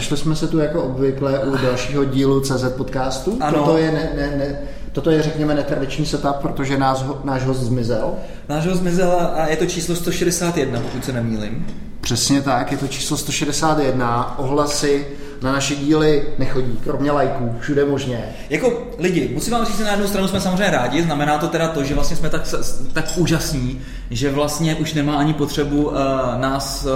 sešli jsme se tu jako obvykle u dalšího dílu CZ podcastu. Ano. Toto je, řekněme, netradiční setup, protože náš host zmizel. Náš host zmizel a je to číslo 161, pokud se nemýlím. Přesně tak, je to číslo 161. Ohlasy na naše díly nechodí, kromě lajků, všude možně. Jako lidi, musím vám říct, na jednu stranu jsme samozřejmě rádi, znamená to teda to, že vlastně jsme tak úžasní, že vlastně už nemá ani potřebu nás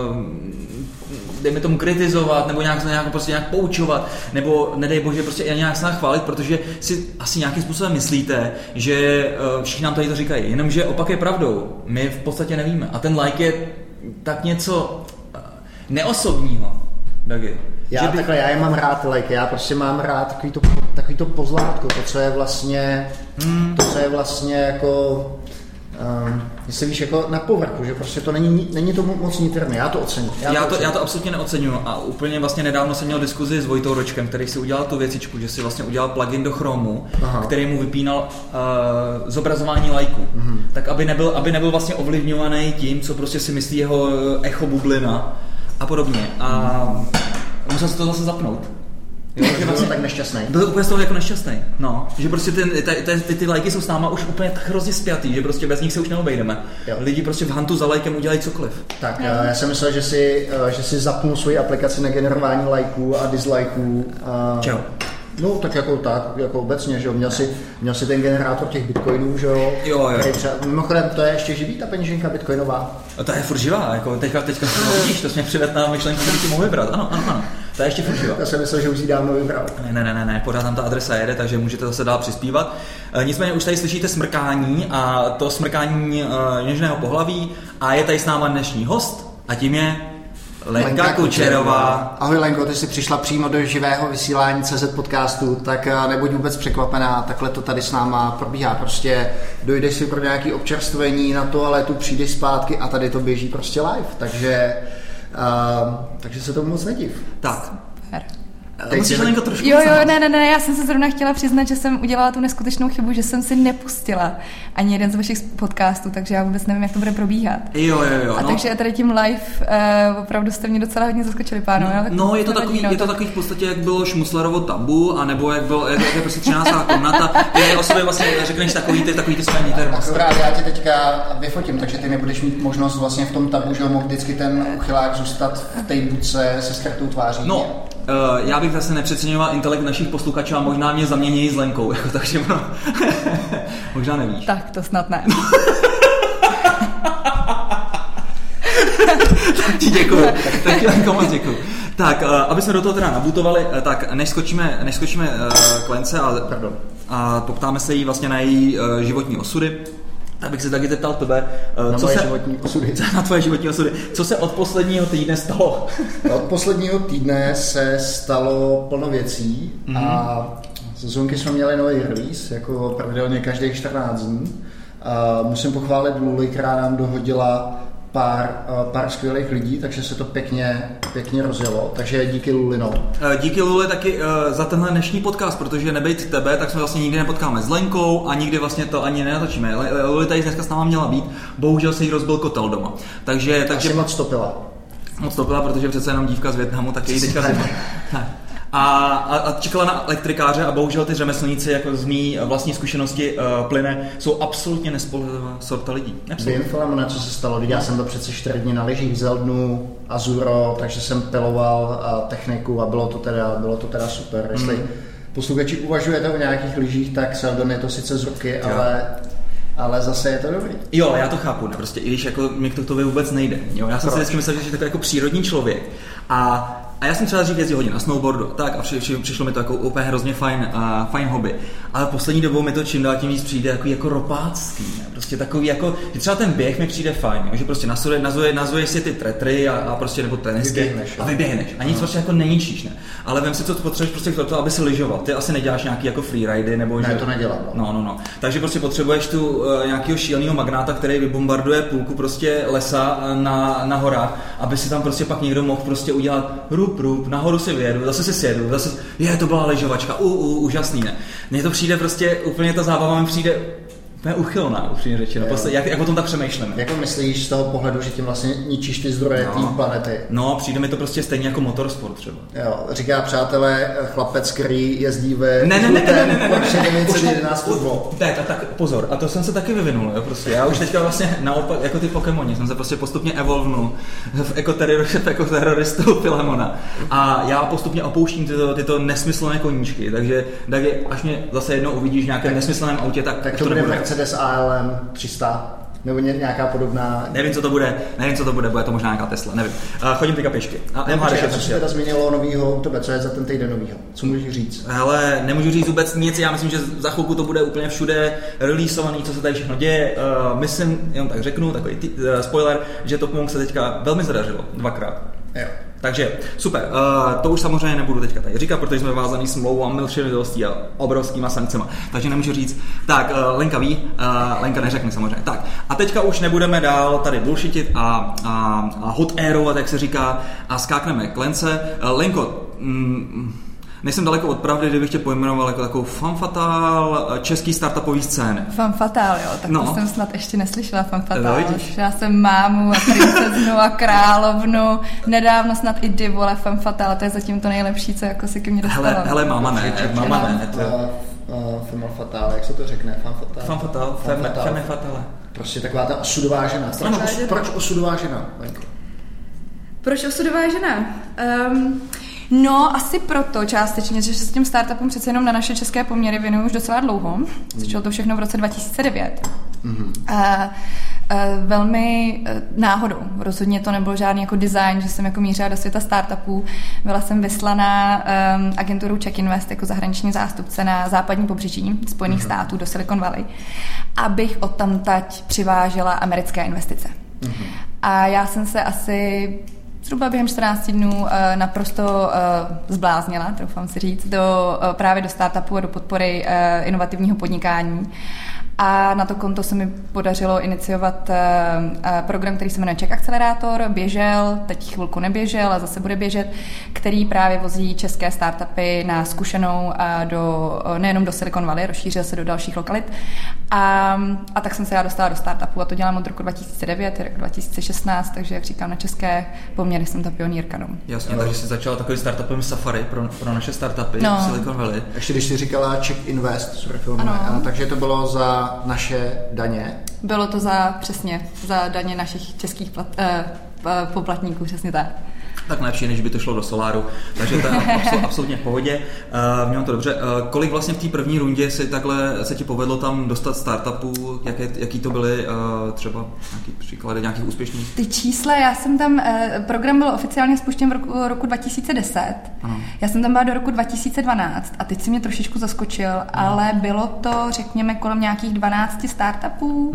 dejme tomu kritizovat, nebo nějak poučovat, nebo nedej bože prostě nějak se nás chválit, protože si asi nějakým způsobem myslíte, že všichni nám tady to říkají, jenomže opak je pravdou, my v podstatě nevíme a ten like je tak něco neosobního, Dagi. Já je mám rád ty lajky, já prostě mám rád takový to pozlátko, to, co je vlastně jako jestli víš, jako na povrchu, že prostě to není to moc niterné, já to ocením. Já to absolutně neoceňuju a úplně vlastně nedávno jsem měl diskuzi s Vojtou Ročkem, který si udělal tu věcičku, že si vlastně udělal plugin do Chromu, který mu vypínal zobrazování lajků. Tak aby nebyl vlastně ovlivňovaný tím, co prostě si myslí jeho echo bublina a podobně. A musel se to zase zapnout. Jo, že vlastně tak nešťastný. Byl úplně z toho jako nešťastný. No, že prostě ty lajky jsou s náma už úplně tak hrozně spjatý, že prostě bez nich se už neobejdeme. Jo. Lidi prostě v huntu za lajkem udělají cokoliv. Tak, já jsem myslel, že si zapnu svoji aplikaci na generování lajků a dislajků. Čau. No, tak jako obecně, že jo, měl si ten generátor těch bitcoinů, že jo. Jo. Mimochodem, to je ještě živý, ta peněženka bitcoinová. A to je furt živá, jako teďka vidíš, to jsi mě přived na myšlenku, že ti mohu vybrat, ano. To je ještě furt živá. Já jsem myslel, že už ji dávno vybral. Ne, pořád tam ta adresa jede, takže můžete zase dál přispívat. Nicméně už tady slyšíte smrkání a to smrkání něžného pohlaví a je tady s náma dnešní host a tím je Lenka Kučerová. Ahoj Lenko, ty jsi přišla přímo do živého vysílání CZ podcastu, tak nebuď vůbec překvapená, takhle to tady s náma probíhá. Prostě dojdeš si pro nějaké občerstvení na toaletu, přijdeš zpátky a tady to běží prostě live, takže se tomu moc nediv. Tak. Musíš Lenko trošku ne, já jsem se zrovna chtěla přiznat, že jsem udělala tu neskutečnou chybu, že jsem si nepustila ani jeden z vašich podcastů, takže já vůbec nevím, jak to bude probíhat. Jo. A takže tady tím live opravdu jste mě docela hodně zaskočili, pánové. No, je to takový v podstatě, jak bylo Šmuclerovo tabu, anebo jak je prostě 13. komnata, kde o sobě vlastně řekneš takový ty své termos. Akorát já tě teďka vyfotím, takže ty nebudeš mít možnost vlastně v tom tabu, že mohl vždycky ten uchylák zůstat v té budce se skrytou tváří. No. Já bych zase nepřeceňoval intelekt našich posluchačů a možná mě zamění s Lenkou, jako, takže možná nevíš. Tak to snad ne. Tak ti děkuju, tak ti Lenko moc děkuju. Tak, aby jsme do toho teda nabutovali, tak než skočíme k Lence a poptáme se jí vlastně na její životní osudy, tak bych se taky zeptal tebe, na tvoje životní osudy. Co se od posledního týdne stalo? Od posledního týdne se stalo plno věcí a ze Zunky jsme měli nový release, jako pravidelně každých 14 dní. Musím pochválit Luli, která nám dohodila pár skvělých lidí, takže se to pěkně rozjelo, takže díky Lulino. Díky Luli taky za tenhle dnešní podcast, protože nebejt tebe, tak jsme vlastně nikdy nepotkáme s Lenkou a nikdy vlastně to ani nenatočíme. Luli tady dneska s náma měla být, bohužel se jí rozbil kotel doma. Takže moc topila. Moc topila, protože přece jenom dívka z Vietnamu, tak její teďka zima. A čekala na elektrikáře a bohužel ty řemeslníci, jako z mý vlastní zkušenosti plyne, jsou absolutně nespolehlivá sorta lidí. Vím, Filemone, co se stalo. Já jsem byl přece 4 dny na lyžích v Zeldnu, Azuro, takže jsem piloval techniku a bylo to teda super. Jestli posluchači uvažujete o nějakých lyžích, tak Seldon je to sice z ruky, ale zase je to dobrý. Jo, já to chápu, ne? Prostě i když jako mě to vůbec nejde. Jo, já jsem si vždycky myslel, že jsi takový jako přírodní člověk. A já jsem třeba dřív jezdil hodně na snowboardu, tak a přišlo mi to jako úplně hrozně fajn hobby. Ale poslední dobou mi to čím dál tím víc přijde jako ropácký, ne? Prostě takový jako, že třeba ten běh mi přijde fajn, že prostě nazuješ si ty tretry a prostě nebo tenisky a vyběhneš. A nic prostě jako neníčíš, ne? Ale vem si, co potřebuješ prostě k tomu, aby si lyžoval. Ty asi neděláš nějaký jako freeridy nebo ne, to nedělám. No. Takže prostě potřebuješ tu nějakého šíleného magnáta, který vybombarduje půlku prostě lesa na horách, aby si tam prostě pak někdo mohl prostě udělat rup, nahoru si vyjedu, zase si sjedu, to byla lyžovačka, úžasný, ne? Mně to přijde prostě, úplně ta zábava mi přijde úplně uchylná, upřímně řečeno. Jak o tom tak přemýšlíme. Jak myslíš z toho pohledu, že tím vlastně ničíš ty zdroje té planety? No, přijde mi to prostě stejně jako motorsport třeba. Jo, říká přátelé chlapec, který jezdí ve Porsche 911 Turbo. Tak pozor, a to jsem se taky vyvinul, jo, prostě. Já už teďka vlastně naopak, jako ty Pokémoni, jsem se prostě postupně evolvnul v ekoteroristu Filemona. A já postupně opouštím tyto nesmyslné koníčky, takže až mě zase jednou uvidíš v nějakém nesmyslném autě, tak to bude Mercedes ALM 300 nebo nějaká podobná. Nevím, co to bude, bude to možná nějaká Tesla, nevím. Chodím teďka pěšky. Co se teda změnilo novýho u tebe, co je za ten týden novýho? Co můžeš říct? Hele, nemůžu říct vůbec nic, já myslím, že za chvilku to bude úplně všude releaseovaný, co se tady všechno děje. Myslím, jenom tak řeknu, takový spoiler, že Top Monk se teďka velmi zadařilo, 2krát. Jo. Takže super, to už samozřejmě nebudu teďka tady říkat, protože jsme vázaný smlouvou a mlčenlivostí a obrovskýma sankcema, takže nemůžu říct. Tak, Lenka ví, Lenka neřekne samozřejmě. Tak, a teďka už nebudeme dál tady bullshitit a hot airovat, jak se říká, a skákneme k Lence. Lenko, nejsem daleko od pravdy, kdybych tě pojmenoval jako takovou femme fatale český startupový scény. Femme fatale, jo, tak to jsem snad ještě neslyšela, femme fatale. Já jsem mámu a princeznu a královnu, nedávno snad i divu, ale femme fatale, to je zatím to nejlepší, co jako si ke mně dostalo. Hele, máma ne. Femme fatale, jak se to řekne? Femme fatale. Prostě taková ta osudová žena. Proč osudová žena, Lenko? Proč osudová žena? No, asi proto částečně, že se s tím startupem přece jenom na naše české poměry věnuju už docela dlouho. Začalo to všechno v roce 2009. Velmi náhodou. Rozhodně to nebyl žádný jako design, že jsem jako mířila do světa startupů. Byla jsem vyslaná agenturou Czech Invest jako zahraniční zástupce na západní pobřeží Spojených států do Silicon Valley, abych odtamtať přivážela americké investice. A já jsem se asi zhruba během 14 dnů naprosto zbláznila, doufám si říct, právě do startupu a do podpory inovativního podnikání. A na to konto se mi podařilo iniciovat program, který se jmenuje Czech Accelerator, běžel, teď chvilku neběžel a zase bude běžet, který právě vozí české startupy na zkušenou nejenom do Silicon Valley, rozšířil se do dalších lokalit. A tak jsem se já dostala do startupu a to dělám od roku 2009, roku 2016, takže jak říkám, na české poměry jsem ta pionýrka. No. Jasně, takže jsi začala takovým startupem Safari pro naše startupy v Silicon Valley. Ještě když jsi říkala Czech Invest, takže to bylo za naše daně? Bylo to za daně našich českých poplatníků, přesně tak. Tak lepší, než by to šlo do soláru, takže to je absolutně v pohodě. Mělo to dobře. Kolik vlastně v té první rundě se ti povedlo tam dostat startupů? Jaký to byly třeba nějaký příklady nějakých úspěšných? Ty čísla, já jsem tam, program byl oficiálně spuštěn v roku 2010. Ano. Já jsem tam byla do roku 2012 a teď si mě trošičku zaskočil, ale bylo to, řekněme, kolem nějakých 12 startupů.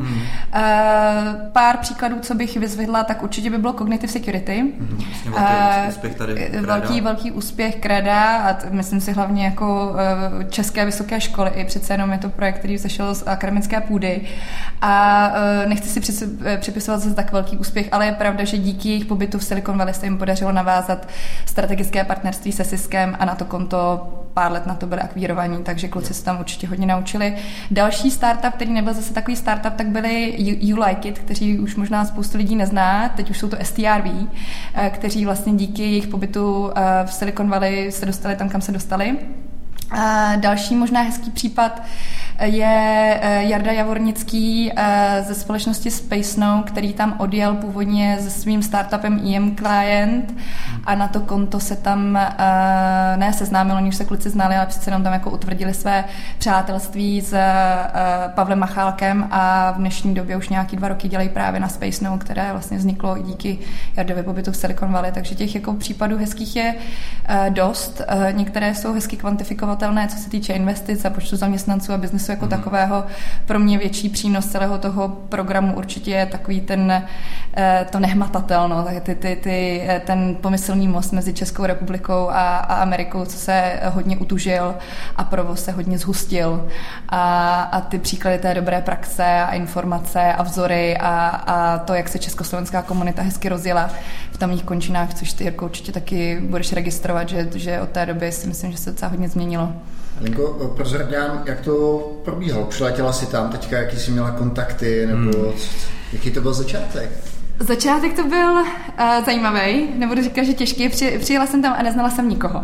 Pár příkladů, co bych vyzvedla, tak určitě by bylo Cognitive Security. Úspěch tady velký úspěch Kreda a myslím si hlavně jako české vysoké školy, i přece jenom je to projekt, který vzešel z akademické půdy a nechci si připisovat zase tak velký úspěch, ale je pravda, že díky jejich pobytu v Silicon Valley se jim podařilo navázat strategické partnerství se Ciskem a na to konto pár let na to byli akvírovaní, takže kluci se tam určitě hodně naučili. Další startup, který nebyl zase takový startup, tak byli You Like It, kteří už možná spoustu lidí nezná, teď už jsou to STRV, kteří vlastně díky jejich pobytu v Silicon Valley se dostali tam, kam se dostali. Další možná hezký případ je Jarda Javornický ze společnosti SpaceNow, který tam odjel původně se svým startupem EM Client a na to konto se tam seznámilo, oni už se kluci znali, ale přece jenom tam jako utvrdili své přátelství s Pavlem Machálkem a v dnešní době už nějaký 2 roky dělají právě na SpaceNow, které vlastně vzniklo díky Jardově pobytu v Silicon Valley, takže těch jako případů hezkých je dost. Některé jsou hezky kvantifikovatelné, co se týče investic a počtu zaměstnanců a biznesu jako takového. Pro mě větší přínos celého toho programu určitě je takový to nehmatatelno, ten pomysl silný most mezi Českou republikou a Amerikou, co se hodně utužil a provoz se hodně zhustil. A ty příklady té dobré praxe a informace a vzory a to, jak se československá komunita hezky rozjela v tamních končinách, což ty, Jirko, určitě taky budeš registrovat, že od té doby si myslím, že se docela hodně změnilo. Linko, prozradám, jak to probíhalo? Přiletěla jsi tam teďka, jaký jsi měla kontakty, nebo jaký to byl začátek? Začátek to byl zajímavý, nebudu říkat, že těžký. Přijela jsem tam a neznala jsem nikoho.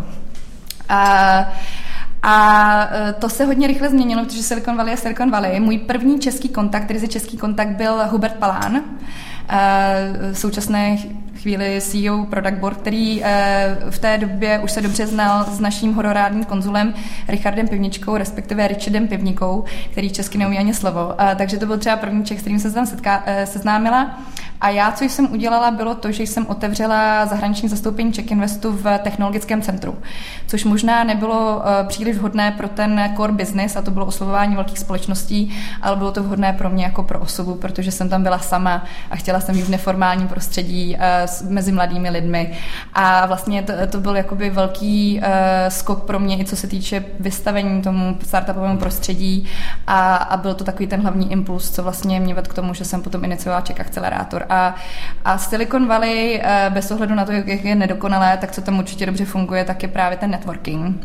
A to se hodně rychle změnilo, protože Silicon Valley je Silicon Valley. Můj první český kontakt, ryze český kontakt, byl Hubert Palán, v současné chvíli CEO Product Board, který v té době už se dobře znal s naším honorárním konzulem Richardem Pivničkou, respektive Richardem Pivnikou, který česky neumí ani slovo. Takže to byl třeba první Čech, s kterým jsem se tam seznámila. A já, co jsem udělala, bylo to, že jsem otevřela zahraniční zastoupení Czech Investu v technologickém centru, což možná nebylo příliš vhodné pro ten core business, a to bylo oslovování velkých společností, ale bylo to vhodné pro mě jako pro osobu, protože jsem tam byla sama a chtěla jsem jít v neformálním prostředí mezi mladými lidmi. A vlastně to byl jakoby velký skok pro mě, i co se týče vystavení tomu startupovému prostředí, a byl to takový ten hlavní impuls, co vlastně mě vedl k tomu, že jsem potom iniciovala Czech Akcelerátor. A Silicon Valley, bez ohledu na to, jak je nedokonalé, tak co tam určitě dobře funguje, tak je právě ten networking.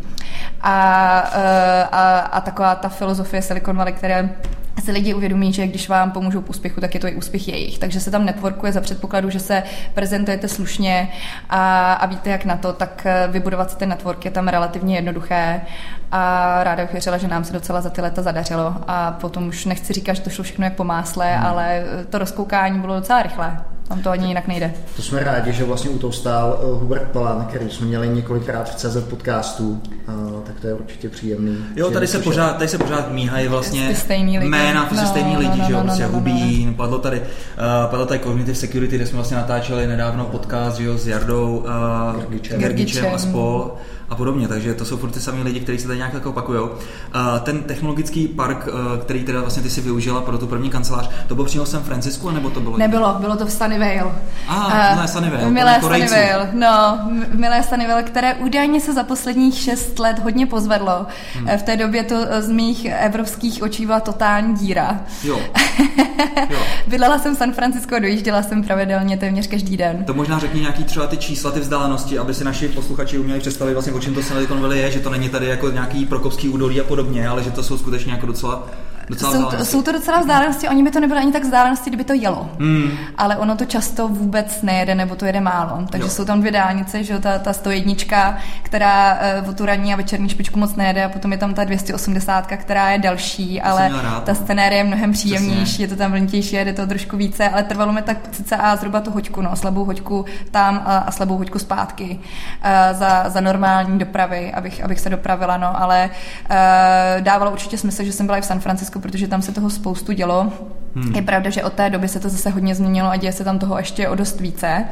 A taková ta filozofie Silicon Valley, které se lidi uvědomí, že když vám pomůžou k úspěchu, tak je to i úspěch jejich. Takže se tam networkuje za předpokladu, že se prezentujete slušně a víte, jak na to, tak vybudovat si ten network je tam relativně jednoduché a ráda bych věřila, že nám se docela za ty léta zadařilo a potom už nechci říkat, že to šlo všechno jak po másle, ale to rozkoukání bylo docela rychlé. Tam to ani jinak nejde. To jsme rádi, že vlastně u toho stál Hubert Palán, který jsme měli několikrát v CZ podcastu, tak to je určitě příjemný. Jo, tady se pořád míhají vlastně jména, stejný lidi, že jo, prostě Hubín, padlo tady Cognitive Security, kde jsme vlastně natáčeli nedávno podcast, že jo, s Jardou Gergičem a spol a podobně, takže to jsou furt ty samý lidi, kteří se tady nějak tak opakujou. Ten technologický park, který teda vlastně ty si využila pro tu první kancelář, to bylo přímo v San Francisku, nebo to bylo? Nebylo, bylo to v Sunnyvale. Milé Sunnyvale. Milé Sunnyvale, které údajně se za posledních 6 let hodně pozvedlo. V té době to z mých evropských očí byla totální díra. Jo. Bydlela jsem v San Francisco a dojížděla jsem pravidelně téměř každý den. To možná řekni nějaký třeba ty čísla, ty vzdálenosti, aby si naši posluchači uměli představit vlastně, o čem to Silicon Valley je, že to není tady jako nějaký Prokopský údolí a podobně, ale že to jsou skutečně jako docela jsou to docela vzdálenosti, oni by to nebyly ani tak vzdálenosti, kdyby to jelo. Ale ono to často vůbec nejede, nebo to jede málo. Takže jsou tam 2 dálnice, že ta 101, která o tu ranní a večerní špičku moc nejede, a potom je tam ta 280, která je další, ale ta scenérie je mnohem příjemnější, je to tam vlnitější, jede to trošku více, ale trvalo mi tak cca zhruba tu hoďku, slabou hoďku tam a slabou hoďku zpátky za normální dopravy, abych se dopravila, ale dávalo určitě smysl, že jsem byla i v San Francisku, protože tam se toho spoustu dělo. Je pravda, že od té doby se to zase hodně změnilo a děje se tam toho ještě o dost více.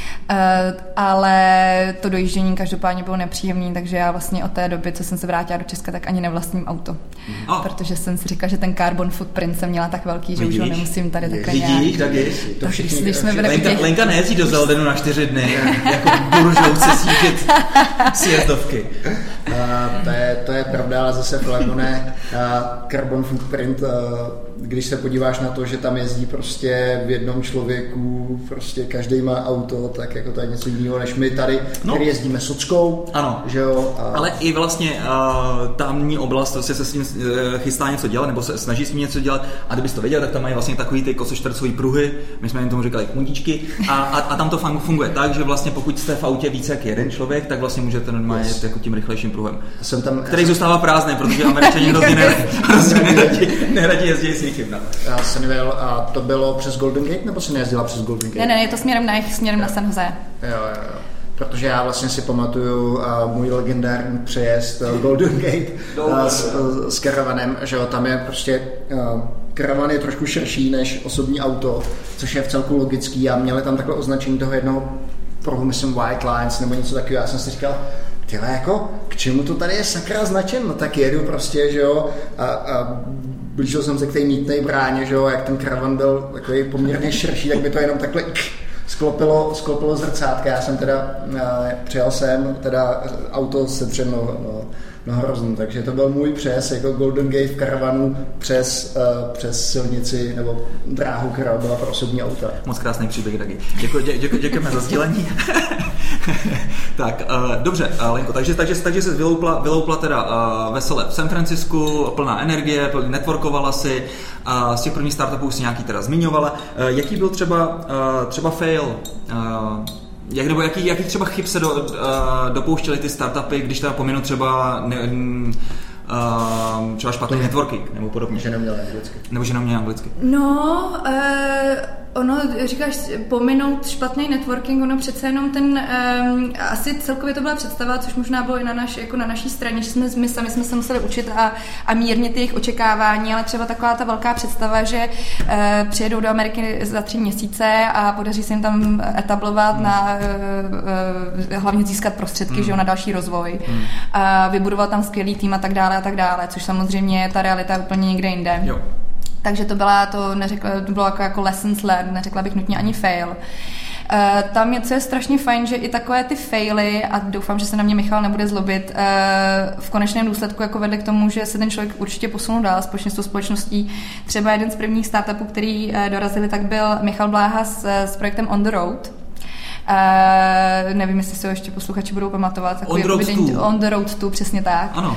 Ale to dojíždění každopádně bylo nepříjemný, takže já vlastně od té doby, co jsem se vrátila do Česka, tak ani nevlastním auto. Protože jsem si říkala, že ten carbon footprint jsem měla tak velký, že už ho nemusím tady takhle nějak. Když jsme byli Lenka nejezdí do Zeldenu na 4 dny, jako buržouce sítit sjezdovky. To je pravda, ale zase Flemone, carbon footprint, když se podíváš na to, že tam jezdí prostě v jednom člověku, prostě každý má auto, tak jako to je něco jiného, než my tady, který jezdíme sockou. Ano, že jo, ale i vlastně tamní oblast prostě se s tím chystá něco dělat, nebo se snaží s tím něco dělat, a kdybys to věděl, tak tam mají vlastně takový ty kosočtvercový pruhy, my jsme jim tomu říkali kundíčky, a tam to funguje tak, že vlastně pokud jste v autě více jak jeden člověk, tak vlastně můžete normálně jet jako tím rychlejším pruhem, který zůstává prázdný, protože Američani neradí jezdí s někým. Já jsem nevěděl, a to bylo přes Golden Gate, nebo si nejezdila přes Golden Gate? Ne, je to směrem na San Jose. Jo. Protože já vlastně si pamatuju můj legendární přejezd Golden Gate s karavanem, že jo, tam je prostě karavan je trošku širší než osobní auto, což je v celku logický, a měli tam takové označení toho jednoho pruhu, myslím White Lines nebo něco takového. Já jsem si říkal, tyhle, jako, k čemu to tady je sakra značen? No tak jedu prostě, že jo, a blížil jsem se k té mítnej bráně, že jo, jak ten karavan byl takový poměrně širší, tak by to jenom takhle sklopilo zrcátka, já jsem teda přijel sem, teda auto se třem hrozný, takže to byl můj přes jako Golden Gate v karavanu přes silnici nebo dráhu, která byla pro osobní auta. Moc krásný příběh, Dagi. Děkujeme za sdílení. Tak, dobře, Lenko, takže se vyloupla teda vesele v San Francisku, plná energie, networkovala si, z těch prvních startupů si nějaký teda zmiňovala. Jaký byl třeba fail? Nebo jakých třeba chyb se dopouštěly ty startupy, když teda pominu třeba špatný networking nebo podobně? Že neměla anglicky. Nebo že neměla anglicky. No, ono, říkáš, pominout špatný networking, ono přece jenom asi celkově to byla představa, což možná bylo i na naší straně, že my sami jsme se museli učit a mírnit jejich očekávání, ale třeba taková ta velká představa, že přijedou do Ameriky za 3 měsíce a podaří se jim tam etablovat hlavně získat prostředky, že jo, na další rozvoj, a vybudovat tam skvělý tým a tak dále, což samozřejmě ta realita je úplně někde jinde. Jo. Takže to bylo jako lessons learned, neřekla bych nutně ani fail. Tam co je strašně fajn, že i takové ty faily, a doufám, že se na mě Michal nebude zlobit, v konečném důsledku jako vedli k tomu, že se ten člověk určitě posunul dál společně s tou společností. Třeba jeden z prvních startupů, který dorazili, tak byl Michal Bláha s projektem On the Road. Nevím, jestli se ho ještě posluchači budou pamatovat. On the Road 2, přesně tak. Ano.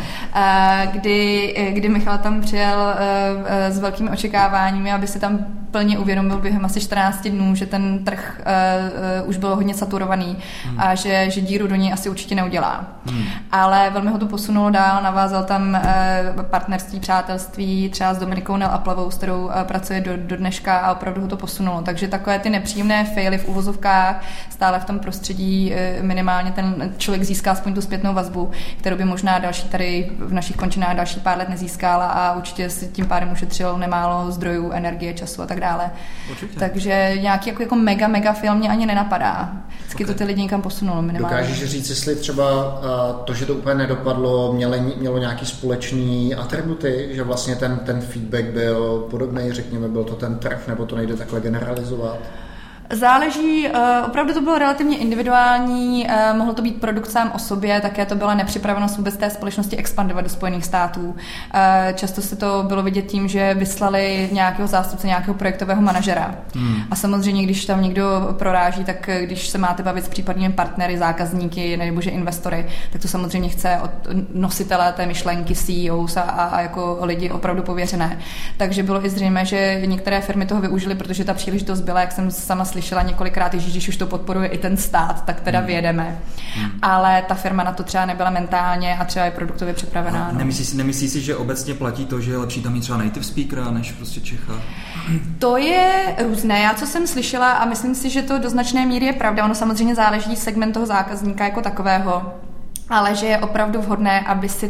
Kdy Michal tam přijel s velkými očekáváními, aby si tam plně uvědomil během asi 14 dnů, že ten trh už byl hodně saturovaný a že díru do něj asi určitě neudělá. Ale velmi ho to posunulo dál, navázal tam partnerství, přátelství třeba s Dominikou Aplavou, s kterou pracuje do dneška, a opravdu ho to posunulo. Takže takové ty nepříjemné faily v uvozovkách, stále v tom prostředí minimálně ten člověk získá aspoň tu zpětnou vazbu, kterou by možná další tady v našich končinách další pár let nezískal, a určitě si tím pádem ušetřil nemálo zdrojů, energie, času a tak dále. Určitě. Takže nějaký jako mega film mě ani nenapadá. Vždycky to ty lidi někam posunulo minimálně. Dokážeš říct, jestli třeba to, že to úplně nedopadlo, mělo nějaký společný atributy, že vlastně ten feedback byl podobný, řekněme, byl to ten trh, nebo to nejde takhle generalizovat? Záleží, opravdu to bylo relativně individuální, mohlo to být produkt sám o sobě, také to byla nepřipravenost vůbec té společnosti expandovat do Spojených států. Často se to bylo vidět tím, že vyslali nějakého zástupce, nějakého projektového manažera. A samozřejmě, když tam někdo proráží, tak když se máte bavit s případnými partnery, zákazníky nebo že investory, tak to samozřejmě chce od nositele té myšlenky, CEOs a jako lidi opravdu pověřené. Takže bylo i zřejmé, že některé firmy toho využily, protože ta příležitost byla, jak jsem sama slyšela několikrát, když už to podporuje i ten stát, tak teda vyjedeme. Ale ta firma na to třeba nebyla mentálně a třeba je produktově připravená. No. Nemyslí si, že obecně platí to, že je lepší tam mít třeba native speakera než prostě Čecha? To je různé. Já co jsem slyšela, a myslím si, že to do značné míry je pravda, ono samozřejmě záleží segment toho zákazníka jako takového, ale že je opravdu vhodné, aby si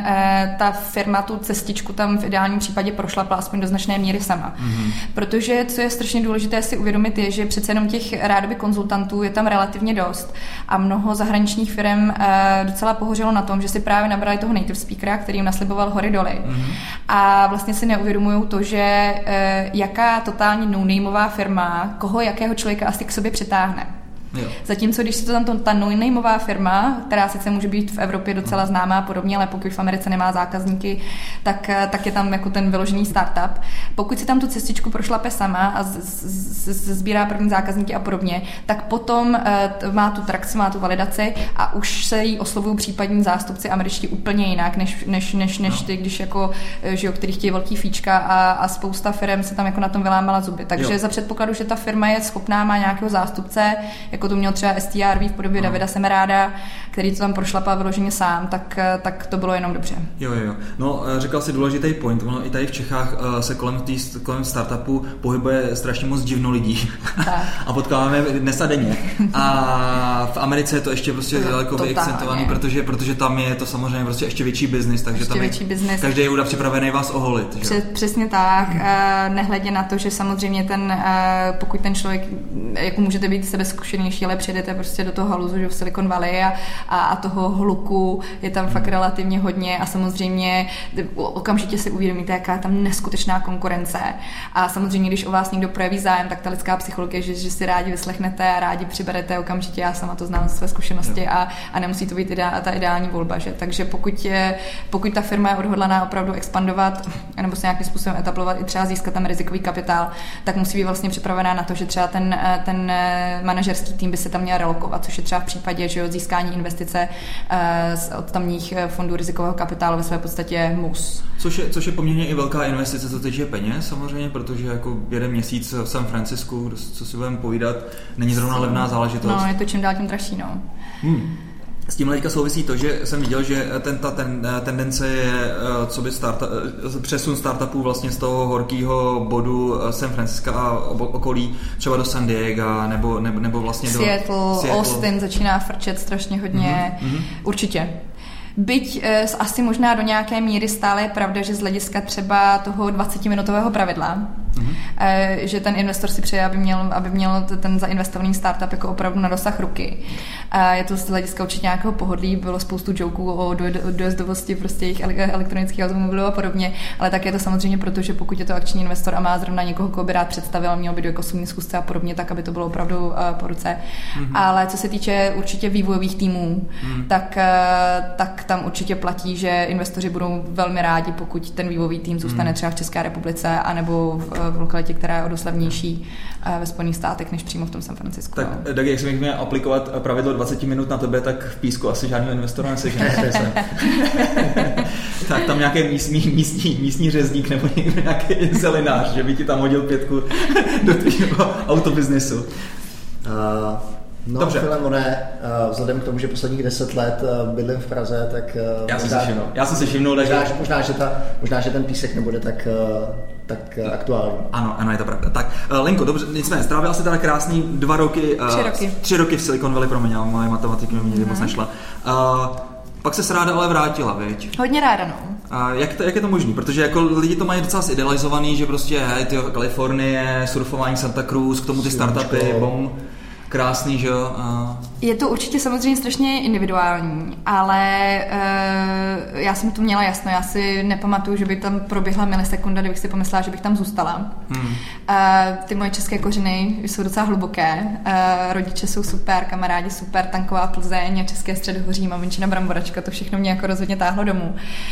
ta firma tu cestičku tam v ideálním případě prošlapla aspoň do značné míry sama. Protože co je strašně důležité si uvědomit je, že přece jenom těch rádoby konzultantů je tam relativně dost a mnoho zahraničních firm docela pohořelo na tom, že si právě nabrali toho native speakera, který jim nasliboval hory doly. A vlastně si neuvědomují to, že jaká totálně no-nameová firma, jakého člověka asi k sobě přitáhne. Jo. Zatímco, když se to tam ta no-nameová firma, která sice může být v Evropě docela známá a podobně, ale pokud v Americe nemá zákazníky, tak je tam jako ten vyložený startup. Pokud si tam tu cestičku prošlape sama a sbírá první zákazníky a podobně, tak potom má tu trakci, má tu validaci a už se jí oslovují případní zástupci američtí úplně jinak, než ty, když jako, že jo, který chtějí velký fíčka a spousta firm se tam jako na tom vylámala zuby. Takže za předpokladu, že ta firma je schopná, má nějakého zástupce, jako to měl třeba STRV v podobě Davida Semeráda, který to tam prošlapal vyloženě sám, tak to bylo jenom dobře. Jo. No, říkal jsi důležitý point. Ono i tady v Čechách se kolem startupu pohybuje strašně moc divno lidí. A potkáváme dnes a denně. A v Americe je to ještě prostě daleko vyakcentovaný, protože tam je to samozřejmě prostě ještě větší biznis, takže ještě tam je každý je připravený vás oholit. Přesně tak. Nehledě na to, že samozřejmě pokud ten člověk, jako můžete být sebezkušenější, ale přijedete prostě do toho haluzu, že v Silicon Valley a toho hluku je tam fakt relativně hodně a samozřejmě okamžitě si uvědomíte, jaká je tam neskutečná konkurence. A samozřejmě, když o vás někdo projeví zájem, tak ta lidská psychologie, že si rádi vyslechnete a rádi přiberete okamžitě, já sama to znám ze své zkušenosti a nemusí to být ta ideální volba. Že? Takže pokud ta firma je odhodlaná opravdu expandovat nebo se nějakým způsobem etablovat i třeba získat tam rizikový kapitál, tak musí být vlastně připravená na to, že třeba ten manažerský tým by se tam měl relokovat, což je třeba v případě, že získání investice od tamních fondů rizikového kapitálu ve své podstatě mus. Což je poměrně i velká investice, co týče peněz samozřejmě, protože jako jeden měsíc v San Francisku, co si budeme povídat, není zrovna levná záležitost. No, je to čím dál tím dražší, no. S tím teďka souvisí to, že jsem viděl, že ta tendence je přesun startupů vlastně z toho horkého bodu San Francisca a okolí třeba do San Diego nebo vlastně do Seattle. Austin začíná frčet strašně hodně. Určitě. Byť asi možná do nějaké míry stále je pravda, že z hlediska třeba toho 20-minutového pravidla, že ten investor si přeje, aby měl ten zainvestovaný startup jako opravdu na dosah ruky. Je to z hlediska určitě nějakého pohodlí, bylo spoustu joků o dojezdovosti prostě jejich elektronických automobilů a podobně, ale tak je to samozřejmě proto, že pokud je to akční investor a má zrovna někoho, koho by rád představil, měl by do jako osobní schůzce a podobně, tak aby to bylo opravdu po ruce. Ale co se týče určitě vývojových týmů, tak tam určitě platí, že investoři budou velmi rádi, pokud ten vývojový tým zůstane třeba v České republice anebo v lokalitě, která je o dost levnější ve Spojených státech, než přímo v tom San Francisku. Tak jak se můžeme aplikovat pravidlo 20 minut na tebe, tak v Písku asi žádného investora neseženeš. Tak tam nějaký místní řezník nebo nějaký zelenář, že by ti tam hodil 5 do tvýho autobiznesu. No, Filemone, vzhledem k tomu, že posledních 10 let bydlím v Praze, tak já jsem si všimnul, možná, že ten Písek nebude tak aktuální. Ano, je to pravda. Tak, Lenko, dobře, nicméně, strávila jsi teda krásný 2 roky. 3 roky v Silicon Valley, promiň, moje matematiky mě nikdy moc nešla. Pak se ráda ale vrátila, viď? Hodně ráda, no. Jak je to možný? Protože jako lidi to mají docela zidealizovaný, že prostě Kalifornie, surfování Santa Cruz, k tomu ty startupy, krásný, že jo? Je to určitě samozřejmě strašně individuální, ale já jsem tu měla jasno, já si nepamatuju, že by tam proběhla milisekunda, kdybych si pomyslela, že bych tam zůstala. Ty moje české kořeny jsou docela hluboké, rodiče jsou super, kamarádi super, Tanková Plzeň, České Středohoří, maminčina Bramboračka, to všechno mě jako rozhodně táhlo domů.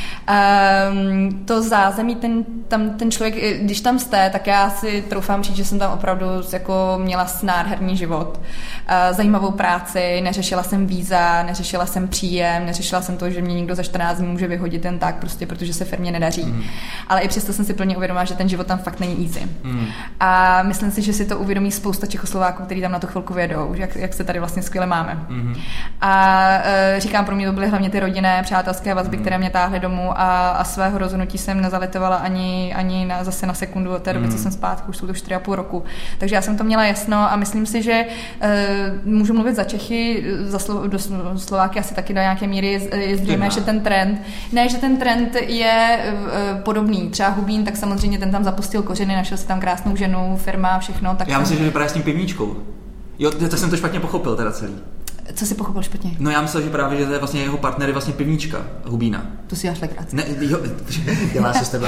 To zázemí, ten člověk, když tam jste, tak já si troufám říct, že jsem tam opravdu jako měla nádherný život. Zajímavou práci, neřešila jsem víza, neřešila jsem příjem, neřešila jsem to, že mě někdo za 14 dní může vyhodit jen tak, prostě protože se firmě nedaří. Ale i přesto jsem si plně uvědomila, že ten život tam fakt není easy. A myslím si, že si to uvědomí spousta Čechoslováků, kteří tam na tu chvilku vědou, jak se tady vlastně skvěle máme. A říkám, pro mě to byly hlavně ty rodinné, přátelské vazby, které mě táhly domů a svého rozhodnutí jsem nezalitovala ani zase na sekundu od té doby, co jsem zpátky, už jsou to 4,5 roku. Takže já jsem to měla jasno a myslím si, že můžu mluvit za Čechy, za Slováky asi taky do nějaké míry je zřejmé, že ten trend je podobný. Třeba Hubín, tak samozřejmě ten tam zapustil kořeny, našel si tam krásnou ženu, firma, všechno. Tak já myslím, že vypadá s tím pivničkou. Jo, to jsem to špatně pochopil teda celý. Co si pochopil špatně? No já myslel, že právě, že to je vlastně jeho partner je vlastně pivnička Hubína. To si děláš legraci. Ne, jo. Dělá se s tebe.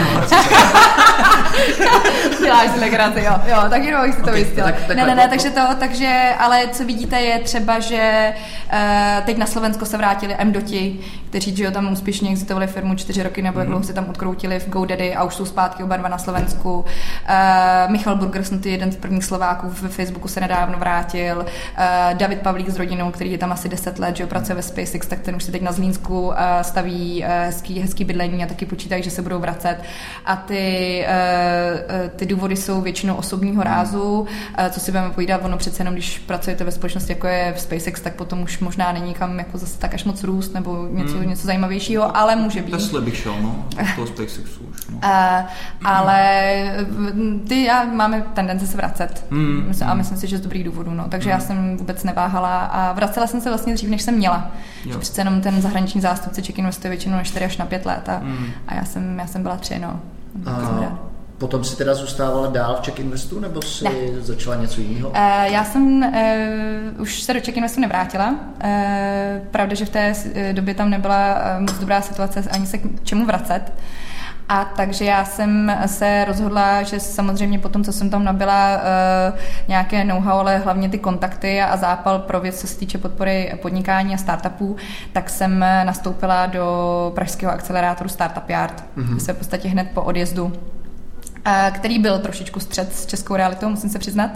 Děláš si legraci, jo, tak jenom bych si to vystila. Ne, takže, ale co vidíte je třeba, že teď na Slovensko se vrátili M-doti, kteří že tam úspěšně exitovali firmu 4 roky, nebo jak dlouho se tam odkroutili v GoDaddy a už jsou zpátky oba dva na Slovensku. Michal Burgersnutý, jeden z prvních Slováků ve Facebooku, se nedávno vrátil. David Pavlík s rodinou, který je tam asi 10 let, že pracuje ve SpaceX, tak ten už se teď na Zlínsku staví hezký bydlení a taky počítají, že se budou vracet. A ty důvody jsou většinou osobního rázu, co si budeme povídat, ono přece jenom, když pracujete ve společnosti, jako je v SpaceX, tak potom už možná není kam jako zase tak až moc růst nebo něco zajímavějšího, ale může být. Tesla bych šel, no, toho SpaceXu už, no. Ale máme tendence se vracet a myslím si, že z dobrých důvodů, no. Takže já jsem vůbec neváhala a vracela jsem se vlastně dřív, než jsem měla. Že přece jenom ten zahraniční zástupce Czech investuje většinou na 4 až na 5 let a já jsem byla 3, no. Potom si teda zůstávala dál v Czech Investu, nebo si začala něco jiného? Já jsem už se do Czech Investu nevrátila. Pravda, že v té době tam nebyla moc dobrá situace, ani se k čemu vracet. A takže já jsem se rozhodla, že samozřejmě po tom, co jsem tam nabila nějaké know-how, ale hlavně ty kontakty a zápal pro věc, co se týče podpory podnikání a startupů, tak jsem nastoupila do pražského akcelerátoru Startup Yard, se v podstatě hned po odjezdu, který byl trošičku střet s českou realitou, musím se přiznat.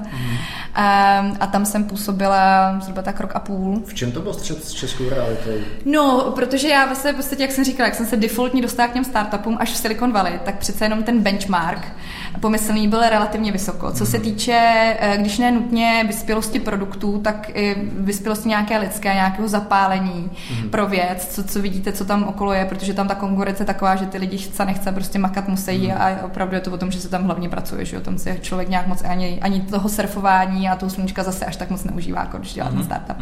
A tam jsem působila zhruba tak rok a půl. V čem to byl střet s českou realitou? No, protože já vlastně v podstatě, jak jsem říkala, jak jsem se defaultně dostala k těm startupům až v Silicon Valley, tak přece jenom ten benchmark pomyslný byl relativně vysoko. Co se týče, když ne nutně vyspělosti produktů, tak i vyspělosti nějaké lidské, nějakého zapálení pro věc, co vidíte, co tam okolo je, protože tam ta konkurence je taková, že ty lidi chce nechce, prostě makat musí a opravdu je to o tom, že se tam hlavně pracuje, že jo, tam si člověk nějak moc ani toho surfování a toho sluníčka zase až tak moc neužívá, jako když dělá ten startup.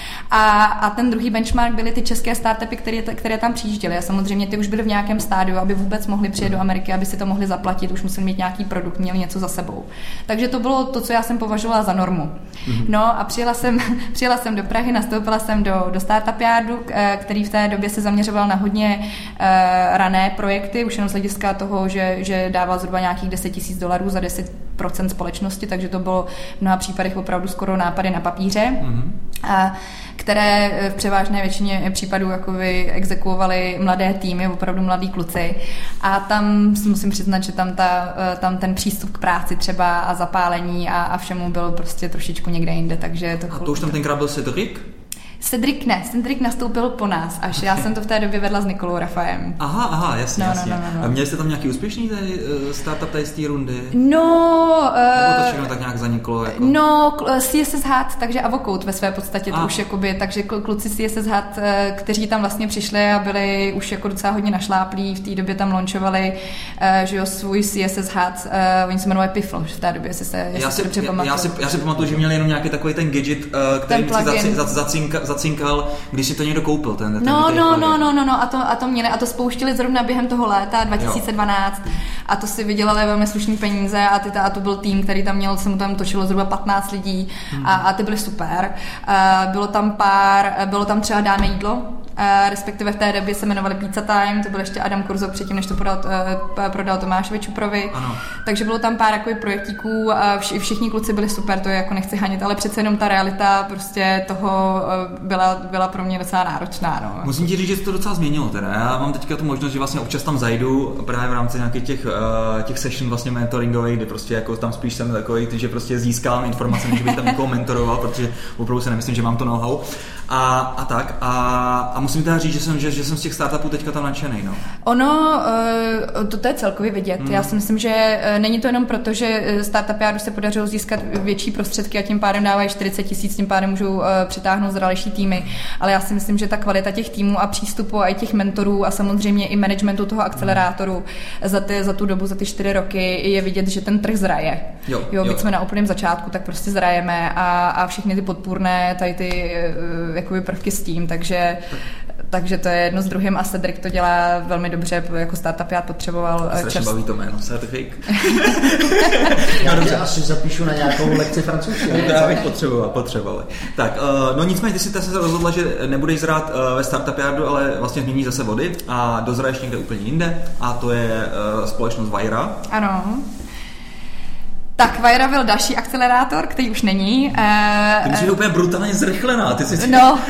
A ten druhý benchmark byly ty české startupy, které tam přijížděly a samozřejmě ty už byly v nějakém stádiu, aby vůbec mohli přijet do Ameriky, aby si to mohli zaplatit, už museli mít nějaký produkt, měli něco za sebou. Takže to bylo to, co já jsem považovala za normu. No a přijela jsem do Prahy, nastoupila jsem do Startup Yardu, který v té době se zaměřoval na hodně rané projekty, už jenom z hlediska toho, že dával zhruba nějakých $10,000 za 10% společnosti, takže to bylo v mnoha případech opravdu skoro nápady na papíře, které v převážné většině případů jakoby exekuovali mladé týmy, opravdu mladí kluci. A tam musím přiznat, že tam ten přístup k práci třeba a zapálení a všemu byl prostě trošičku někde jinde. Takže to už tam tenkrát byl Cedric? Cedric nastoupil po nás, až já jsem to v té době vedla s Nikolou Rafajem. Aha, jasně. No. A měli jste tam nějaký úspěšný startup tady z té rundy? No... Nebo to všechno tak nějak zaniklo? Jako? No, CSS Hat, takže Avocode ve své podstatě to už jakoby, takže kluci CSS Hat, kteří tam vlastně přišli a byli už jako docela hodně našláplí, v té době tam launchovali, že jo, svůj CSS Hat, oni se jmenovali Piffle v té době, já si pamatuju, že měli jenom nějaký takový ten gadget, který si zacinkal, když si to někdo koupil. A to měli a to spouštili zrovna během toho léta 2012 a to si vydělali velmi slušný peníze a to byl tým, který tam měl, se mu tam točilo zhruba 15 lidí a ty byly super. Bylo tam třeba Dáme jídlo, respektive v té době se jmenovali Pizza Time, to byl ještě Adam Kurzok předtím, než to prodal Tomášovi Čuprovi. Ano. Takže bylo tam pár takových projektíků a všichni kluci byli super, to je jako nechci hanit, ale přece jenom ta realita prostě toho byla pro mě docela náročná. No. Musím ti říct, že se to docela změnilo teda. Já mám teďka tu možnost, že vlastně občas tam zajdu právě v rámci nějakých těch session vlastně mentoringových, kde prostě jako tam spíš jsem takový, že prostě získám informace, než bych tam někoho mentoroval, protože opravdu si nemyslím, že mám to know-how. A musím teda říct, že jsem z těch startupů teďka tam nadšenej, no. Ono, to je celkově vidět. Já si myslím, že není to jenom proto, že Startup Yardu se podařilo získat větší prostředky a tím pádem dávají 40 000, tím pádem můžou přitáhnout zralejší týmy, ale já si myslím, že ta kvalita těch týmů a přístupu a i těch mentorů a samozřejmě i managementu toho akcelerátoru za tu dobu, za ty 4 roky je vidět, že ten trh zraje. Jo, byť jsme na úplném začátku, tak prostě zrajeme a všechny ty podpůrné tady ty jakoby prvky s tím, takže to je jedno s druhým a Cedric to dělá velmi dobře, jako startup já potřeboval čas. Strašně baví to jméno, Cedric. Já dobře asi zapíšu na nějakou lekci francouzštiny. Já bych potřeboval. Tak, no nicméně, ty jsi se rozhodla, že nebudeš zrát ve Startup Yardu, ale vlastně změníš zase vody a dozraješ někde úplně jinde a to je společnost Wayra. Ano. Tak, Wayra byl další akcelerátor, který už není. Ty musíš být úplně brutálně zrychlená. No.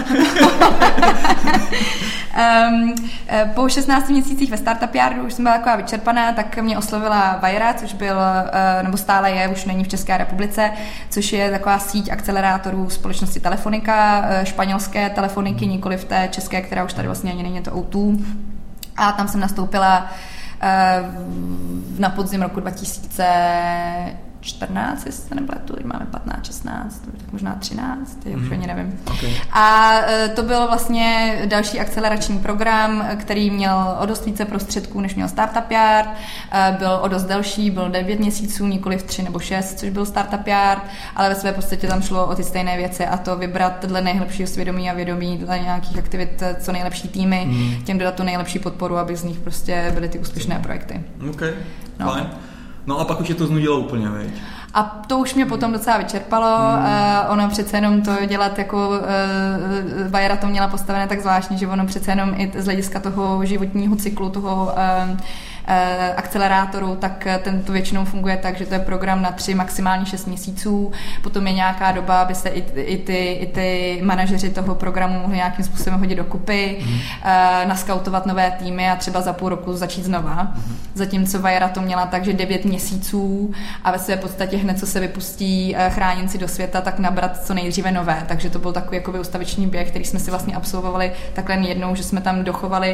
Po 16 měsících ve Startup Yardu už jsem byla taková vyčerpaná, tak mě oslovila Wayra, což byl, nebo stále je, už není v České republice, což je taková síť akcelerátorů společnosti Telefonika, španělské Telefoniky, nikoli v té české, která už tady vlastně ani není, to O2. A tam jsem nastoupila na podzim roku 2014, jestli se nepletu, máme 15, 16, tak možná 13, už ani nevím. Okay. A to byl vlastně další akcelerační program, který měl o dost více prostředků, než měl Startup Yard, byl o dost delší, byl 9 měsíců, nikoli v 3 nebo 6, což byl Startup Yard, ale ve své podstatě tam šlo o ty stejné věci a to vybrat dle nejlepšího svědomí a vědomí, dle nějakých aktivit co nejlepší týmy, těm dodat tu nejlepší podporu, aby z nich prostě byly ty úspěšné projekty. Okay. Fajn. No a pak už je to znudilo úplně, veď? A to už mě potom docela vyčerpalo. Ono přece jenom to dělat jako Wayra to měla postavené tak zvláštně, že ono přece jenom i z hlediska toho životního cyklu, toho akcelerátoru, tak tento většinou funguje tak, že to je program na 3, maximálně 6 měsíců, potom je nějaká doba, aby se i ty manažeři toho programu mohli nějakým způsobem hodit dokupy, naskautovat nové týmy a třeba za půl roku začít znova. Zatímco Vajera to měla tak, že 9 měsíců a ve své podstatě hned, co se vypustí chráněnci do světa, tak nabrat co nejdříve nové. Takže to byl takový jakoby ustaviční běh, který jsme si vlastně absolvovali takhle jednou, že jsme tam dochovali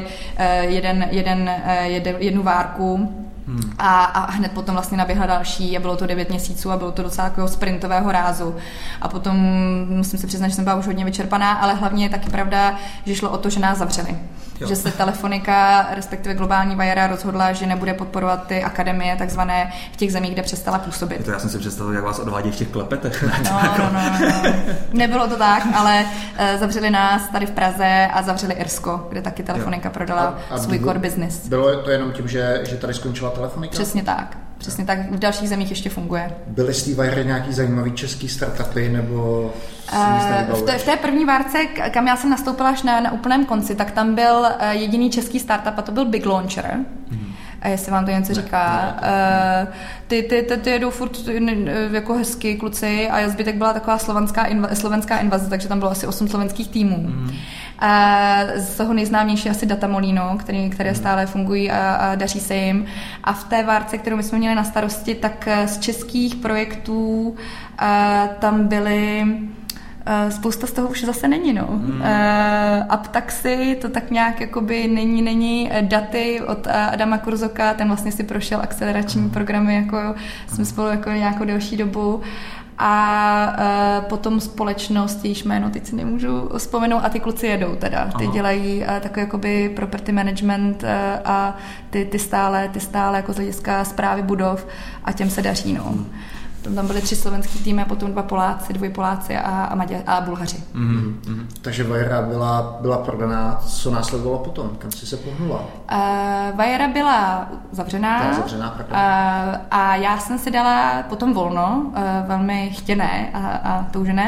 jednu várku a hned potom vlastně naběhla další a bylo to 9 měsíců a bylo to docela takového sprintového rázu. A potom musím se přiznat, že jsem byla už hodně vyčerpaná, ale hlavně je taky pravda, že šlo o to, že nás zavřeli. Jo. Že se Telefonika, respektive globální Vajera rozhodla, že nebude podporovat ty akademie takzvané v těch zemích, kde přestala působit. To já jsem si představil, jak vás odvádí v těch klepetech. No. Nebylo to tak, ale zavřeli nás tady v Praze a zavřeli Irsko, kde taky Telefonika prodala svůj core business. Bylo to jenom tím, že tady skončila Telefonika? Přesně tak. Přesně tak, v dalších zemích ještě funguje. Byly z té Vajery nějaký zajímavý český startupy nebo... V té první várce, kam já jsem nastoupila až na úplném konci, tak tam byl jediný český startup a to byl Big Launcher. Jestli vám to něco říká. Ty jedou furt jako hezky kluci a zbytek byla taková slovenská invaze, takže tam bylo asi 8 slovenských týmů. Z toho nejznámější asi Datamolino, které stále fungují a daří se jim. A v té várce, kterou my jsme měli na starosti, tak z českých projektů tam byly... Spousta z toho už zase není, no. Uptaxi, to tak nějak jakoby není Daty od Adama Kurzoka, ten vlastně si prošel akcelerační programy, jako jsme spolu jako nějakou delší dobu. A potom společnost, jejíž jméno teď si nemůžu vzpomenout, a ty kluci jedou teda. Ty dělají takový jakoby property management a ty stále jako z hlediska správy budov a těm se daří, no. Tam byly 3 slovenský týmy a potom 2 Poláci a Bulhaři. Takže Vajera byla prodaná, co následovalo potom? Kam jsi se pohnula? Vajera byla zavřená a já jsem si dala potom volno, velmi chtěné a toužené.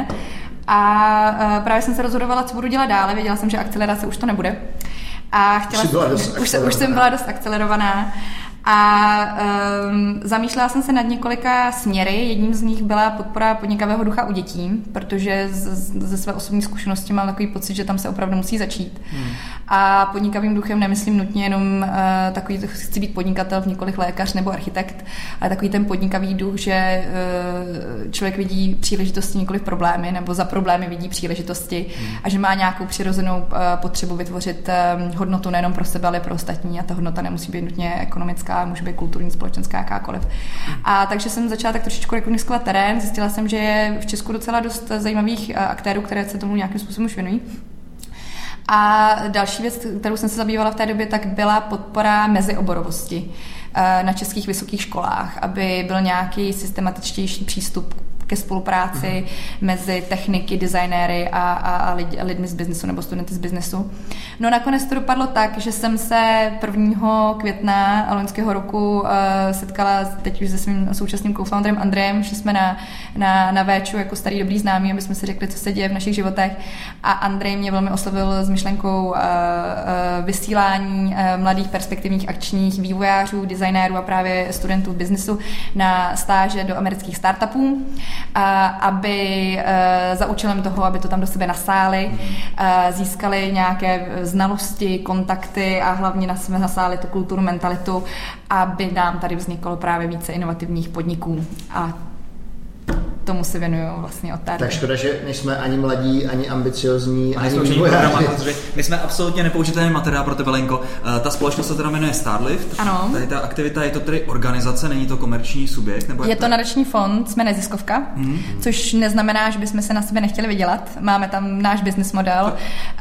A právě jsem se rozhodovala, co budu dělat dále. Věděla jsem, že akcelerace už to nebude. A už jsem byla dost akcelerovaná. A zamýšlela jsem se nad několika směry. Jedním z nich byla podpora podnikavého ducha u dětí, protože ze své osobní zkušenosti mám takový pocit, že tam se opravdu musí začít. A podnikavým duchem nemyslím nutně jenom takový, chci být podnikatel, nikoliv lékař nebo architekt, ale takový ten podnikavý duch, že člověk vidí příležitosti, nikoliv problémy, nebo za problémy vidí příležitosti a že má nějakou přirozenou potřebu vytvořit hodnotu nejenom pro sebe, ale pro ostatní, a ta hodnota nemusí být nutně ekonomická, může být kulturní, společenská, jakákoliv. A takže jsem začala tak trošičku rekogniskovat terén, zjistila jsem, že je v Česku docela dost zajímavých aktérů, které se tomu nějakým způsobem už věnují. A další věc, kterou jsem se zabývala v té době, tak byla podpora mezioborovosti na českých vysokých školách, aby byl nějaký systematičtější přístup ke spolupráci mezi techniky, designéry a lidmi z biznesu nebo studenty z biznesu. No nakonec to dopadlo tak, že jsem se 1. května loňského roku setkala teď už se svým současným co-founderem Andrejem, šli jsme na véču jako starý dobrý známý, aby jsme si řekli, co se děje v našich životech, a Andrej mě velmi oslovil s myšlenkou vysílání mladých perspektivních akčních vývojářů, designérů a právě studentů biznesu na stáže do amerických startupů, aby za účelem toho, aby to tam do sebe nasáli, získali nějaké znalosti, kontakty a hlavně jsme nasáli tu kulturu, mentalitu, aby nám tady vzniklo právě více inovativních podniků. A tomu se věnuju vlastně od té doby. Tak škoda, že nejsme ani mladí, ani ambiciozní, ani vývojáři. My jsme absolutně nepoužitelný materiál pro tebe, Lenko. Ta společnost se teda jmenuje Starlift. Ano. Tady ta aktivita, je to tedy organizace, není to komerční subjekt? Nebo je to nadační fond, jsme neziskovka, což neznamená, že bychom se na sebe nechtěli vydělat. Máme tam náš business model.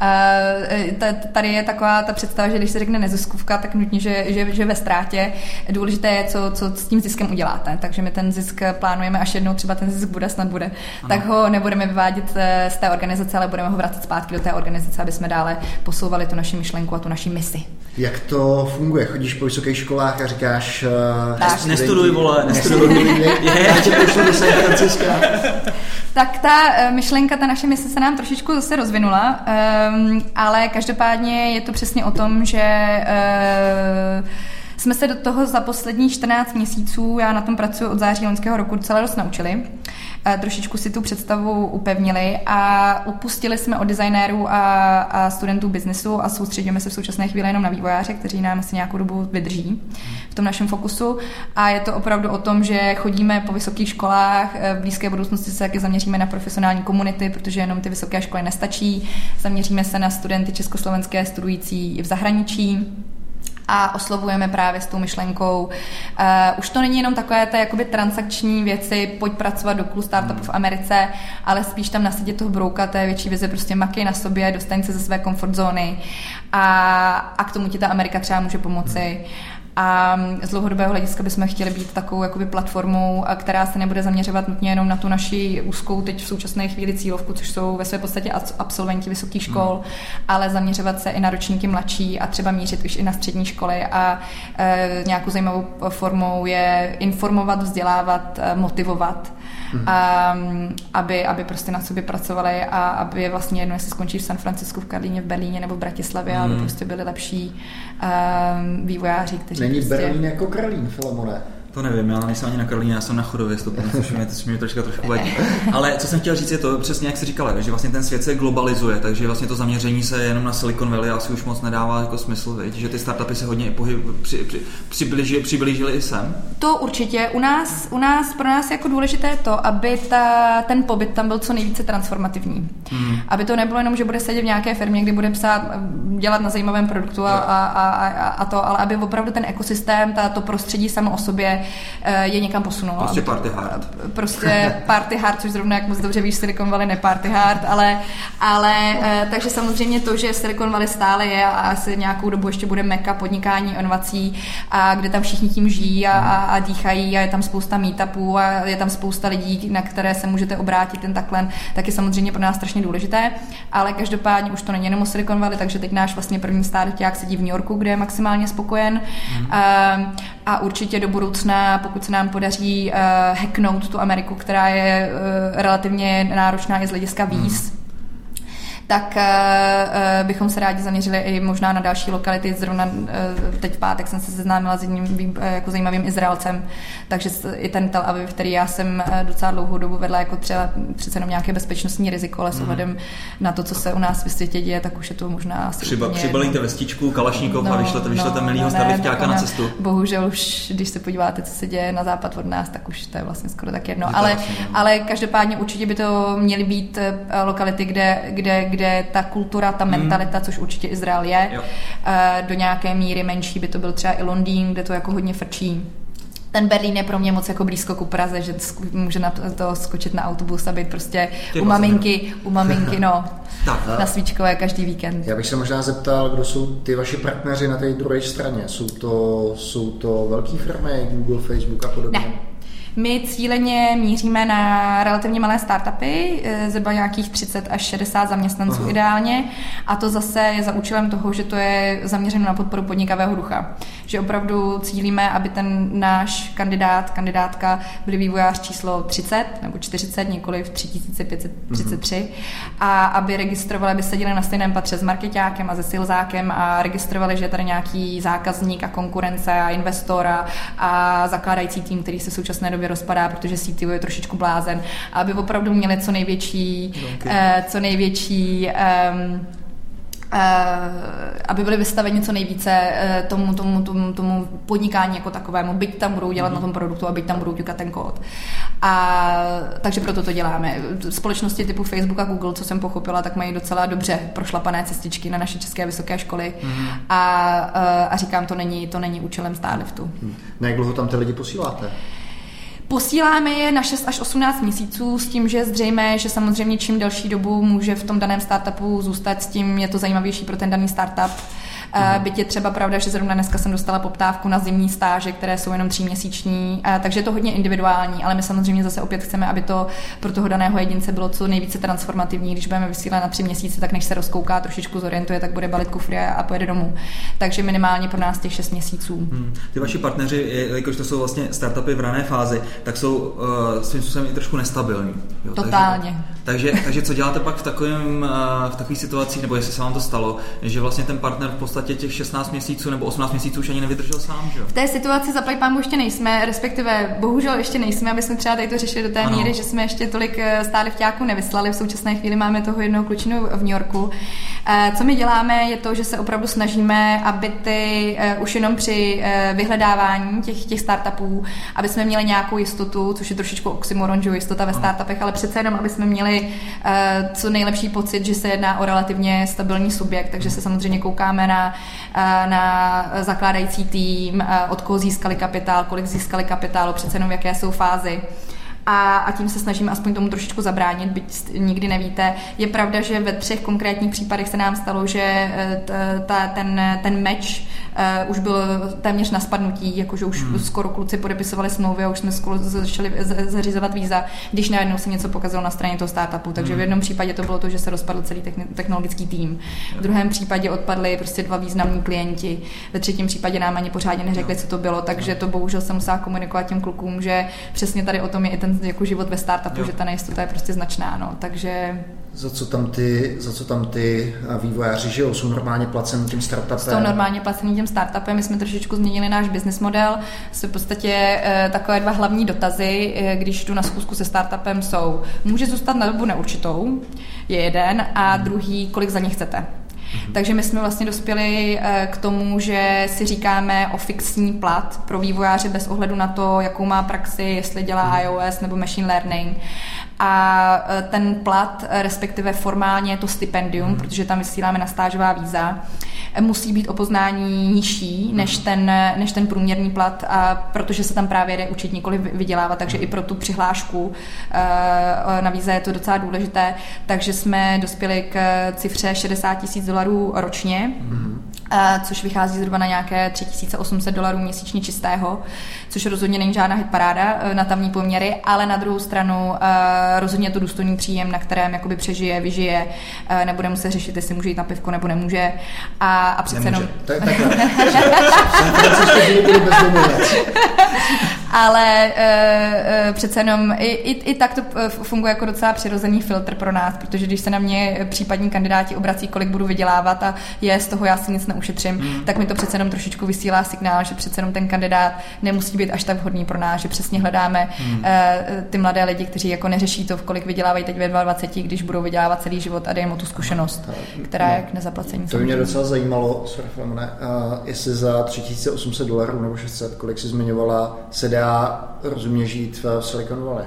Tady je taková ta představa, že když se řekne neziskovka, tak nutně, že ve ztrátě. Důležité je, co s tím ziskem uděláte. Takže my ten zisk plánujeme, až jednou třeba ten zisk snad bude, tak ho nebudeme vyvádět z té organizace, ale budeme ho vracet zpátky do té organizace, aby jsme dále posouvali tu naši myšlenku a tu naši misi. Jak to funguje? Chodíš po vysokých školách a říkáš... Nestuduj, vole, nestuduj. Já tě pošlu do San Franciska. Tak ta myšlenka, ta naše mise se nám trošičku zase rozvinula, ale každopádně je to přesně o tom, že jsme se do toho za poslední 14 měsíců, já na tom pracuji od září loňského roku, docela dost naučili. Trošičku si tu představu upevnili a upustili jsme od designérů a studentů biznesu a soustředíme se v současné chvíli jenom na vývojáře, kteří nám asi nějakou dobu vydrží v tom našem fokusu. A je to opravdu o tom, že chodíme po vysokých školách, v blízké budoucnosti se taky zaměříme na profesionální komunity, protože jenom ty vysoké školy nestačí. Zaměříme se na studenty československé studující v zahraničí a oslovujeme právě s tou myšlenkou. Už to není jenom takové té jakoby transakční věci, pojď pracovat do cool startupu v Americe, ale spíš tam nasadit toho brouka, té větší vize, prostě makej na sobě, dostaň se ze své comfort zóny a k tomu ti ta Amerika třeba může pomoci. A z dlouhodobého hlediska bychom chtěli být takovou jakoby platformou, která se nebude zaměřovat nutně jenom na tu naši úzkou teď v současné chvíli cílovku, což jsou ve své podstatě absolventi vysokých škol, ale zaměřovat se i na ročníky mladší a třeba mířit už i na střední školy a nějakou formou je informovat, vzdělávat, motivovat. Aby prostě na sobě pracovali a aby je vlastně jedno, jestli skončí v San Francisku, v Karlíně, v Berlíně nebo v Bratislavě, aby prostě byli lepší vývojáři, kteří není prostě... Berlín jako Karlín, Filemone? To nevím, já nejsem ani na Karlíně, já jsem na Chodově, což mě trošku vadí. Ale co jsem chtěl říct je to, přesně jak jsi říkala, že vlastně ten svět se globalizuje, takže vlastně to zaměření se jenom na Silicon Valley asi už moc nedává jako smysl, viď? Že ty startupy se hodně přiblížily i sem. To určitě. Pro nás je jako důležité to, aby ten pobyt tam byl co nejvíce transformativní. Aby to nebylo jenom, že bude sedět v nějaké firmě, kde bude dělat na zajímavém produktu a to, ale aby opravdu ten ekosystém, to prostředí samo o sobě je někam posunulo. Prostě party hard. Prostě party hard, což zrovna jak moc dobře víš, Silicon Valley ne party hard, ale takže samozřejmě to, že Silicon Valley stále je a asi nějakou dobu ještě bude meka podnikání, inovací a kde tam všichni tím žijí a dýchají a je tam spousta meetupů a je tam spousta lidí, na které se můžete obrátit ten takhle, tak je samozřejmě pro nás strašně důležité, ale každopádně už to není jenom o Silicon Valley, takže teď náš vlastně první startup sedí v New Yorku, kde je maximálně spokojen a určitě do budoucna, pokud se nám podaří hacknout tu Ameriku, která je relativně náročná i z hlediska víz, tak bychom se rádi zaměřili i možná na další lokality. Zrovna teď v pátek jsem se seznámila s jedním jako zajímavým Izraelcem, takže i ten Tel Aviv, který já jsem docela dlouhou dobu vedla jako třeba přece jenom nějaké bezpečnostní riziko, ale s ohledem na to, co se u nás ve světě děje, tak už je to možná asi Přibalíte vestičku, kalašníkov a vyšlete milýho starlivťáka na cestu. Bohužel už, když se podíváte, co se děje na západ od nás, tak už to je vlastně skoro tak jedno. Ale každopádně určitě by to měly být lokality, kde ta kultura, ta mentalita, což určitě Izrael je, do nějaké míry menší by to byl třeba i Londýn, kde to jako hodně frčí. Ten Berlín je pro mě moc jako blízko ku Praze, že může na to skočit na autobus a být prostě u maminky, na Svíčkové každý víkend. Já bych se možná zeptal, kdo jsou ty vaši partneři na té druhé straně. Jsou to velké firmy, Google, Facebook a podobně? Ne. My cíleně míříme na relativně malé startupy, zhruba nějakých 30 až 60 zaměstnanců ideálně, a to zase je za účelem toho, že to je zaměřeno na podporu podnikavého ducha. Že opravdu cílíme, aby ten náš kandidátka byli vývojář číslo 30 nebo 40, nikoliv 3533, a aby registrovali, aby seděli na stejném patře s markeťákem a se salesákem a registrovali, že je tady nějaký zákazník a konkurence a investor a zakládající tým, který se v současné době rozpadá, protože CTO je trošičku blázen, aby opravdu měli co největší aby byli vystaveni co nejvíce tomu podnikání jako takovému, byť tam budou dělat na tom produktu a byť tam budou ťukat ten kód. Takže proto to děláme. Společnosti typu Facebook a Google, co jsem pochopila, tak mají docela dobře prošlapané cestičky na naše české vysoké školy a říkám, to není účelem Starliftu. Na jak dlouho tam ty lidi posíláte? Posíláme je na 6 až 18 měsíců s tím, že je zřejmé, že samozřejmě čím delší dobu může v tom daném startupu zůstat, s tím je to zajímavější pro ten daný startup. Byť je třeba pravda, že zrovna dneska jsem dostala poptávku na zimní stáže, které jsou jenom 3měsíční, takže je to hodně individuální, ale my samozřejmě zase opět chceme, aby to pro toho daného jedince bylo co nejvíce transformativní. Když budeme vysílat na 3 měsíce, tak než se rozkouká, trošičku zorientuje, tak bude balit kufry a pojede domů. Takže minimálně pro nás těch 6 měsíců. Ty vaši partneři, jakož to jsou vlastně startupy v rané fázi, tak jsou svým způsobem i trošku nestabilní. Jo? Totálně. Takže co děláte pak v takové situaci, nebo jestli se vám to stalo, že vlastně ten partner v podstatě těch 16 měsíců nebo 18 měsíců už ani nevydržel sám, že jo? V té situaci zaplať pánbůh ještě nejsme, respektive bohužel ještě nejsme, aby jsme třeba tady to řešili do té míry, že jsme ještě tolik stále vťáků nevyslali. V současné chvíli máme toho jednoho klučinu v New Yorku. Co my děláme, je to, že se opravdu snažíme, aby už jenom při vyhledávání těch startupů, aby jsme měli nějakou jistotu, což je trošičku oxymoron, že jistota ve startupech, ale přece jenom, aby jsme měli co nejlepší pocit, že se jedná o relativně stabilní subjekt, takže se samozřejmě koukáme na zakládající tým, od koho získali kapitál, kolik získali kapitálu, přece jenom v jaké jsou fázi. A tím se snažíme aspoň tomu trošičku zabránit, byť nikdy nevíte. Je pravda, že ve 3 konkrétních případech se nám stalo, že ten meč už byl téměř na spadnutí, jakože už skoro kluci podepisovali smlouvy a už jsme skoro začali zařizovat víza, když najednou se něco pokazilo na straně toho startupu. Takže v jednom případě to bylo to, že se rozpadl celý technologický tým. V druhém případě odpadli prostě 2 významní klienti. Ve 3. případě nám ani pořádně neřekli, co to bylo, takže to bohužel jsem musela komunikovat těm klukům, že přesně tady o tom je i ten jako život ve startupu, že ta nejistota je prostě značná, no. Takže za co tam ty vývojáři žijou? Jsou normálně placený tím startupem? Jsou normálně placený tím startupem. My jsme trošičku změnili náš business model. Jsou v podstatě takové 2 hlavní dotazy, když jdu na schůzku se startupem, jsou: může zůstat na dobu neurčitou, je jeden, a druhý, kolik za ně chcete. Takže my jsme vlastně dospěli k tomu, že si říkáme o fixní plat pro vývojáře bez ohledu na to, jakou má praxi, jestli dělá iOS nebo machine learning. A ten plat, respektive formálně to stipendium, protože tam vysíláme na stážová víza, musí být o poznání nižší než ten průměrný plat, a protože se tam právě jde učit, nikoli vydělávat, takže i pro tu přihlášku na víza je to docela důležité. Takže jsme dospěli k cifře $60,000 ročně, což vychází zhruba na nějaké $3,800 měsíčně čistého, což rozhodně není žádná hitparáda na tamní poměry, ale na druhou stranu rozhodně je to důstojný příjem, na kterém jakoby přežije, vyžije, nebude muset řešit, jestli může jít na pivko nebo nemůže. A přece jenom... Ale přece jenom i tak to funguje jako docela přirozený filtr pro nás, protože když se na mě případní kandidáti obrací, kolik budu vydělávat a z toho já si nic neušetřím, tak mi to přece jenom trošičku vysílá signál, že přece jenom ten kandidát nemusí být až tak vhodný pro nás, že přesně hledáme ty mladé lidi, kteří jako neřeší to, kolik vydělávají teď ve 22, když budou vydělávat celý život, a dej mu tu zkušenost, která je k nezaplacení. To mě docela zajímalo, jestli za $3,800 nebo 600, kolik si zmiňovala, se dá rozumně žít v Silicon Valley?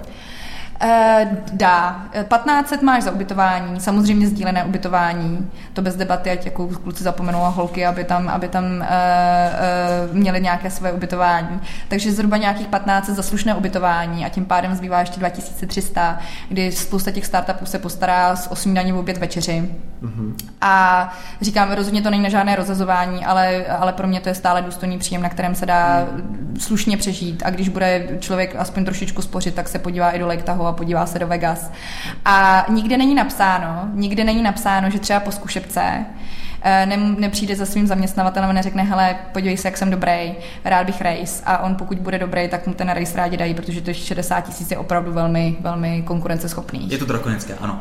Dá. 1500 máš za ubytování, samozřejmě sdílené ubytování, to bez debaty, ať jako kluci zapomenou a holky, aby tam měli nějaké své ubytování. Takže zhruba nějakých 1500 za slušné ubytování a tím pádem zbývá ještě 2300, kdy spousta těch startupů se postará s 8 snídaní, oběd, večeři. A říkám, rozhodně to není na žádné rozhazování, ale pro mě to je stále důstojný příjem, na kterém se dá slušně přežít, a když bude člověk aspoň trošičku spořit, tak se podívá i do Lake Tahoe a podívá se do Vegas. A nikde není napsáno, že třeba po zkušebce nepřijde za svým zaměstnavatelem a neřekne: hele, podívej se, jak jsem dobrý, rád bych race, a on pokud bude dobrý, tak mu ten race rádi dají, protože to 60,000 je opravdu velmi, velmi konkurenceschopný. Je to drakonické, ano.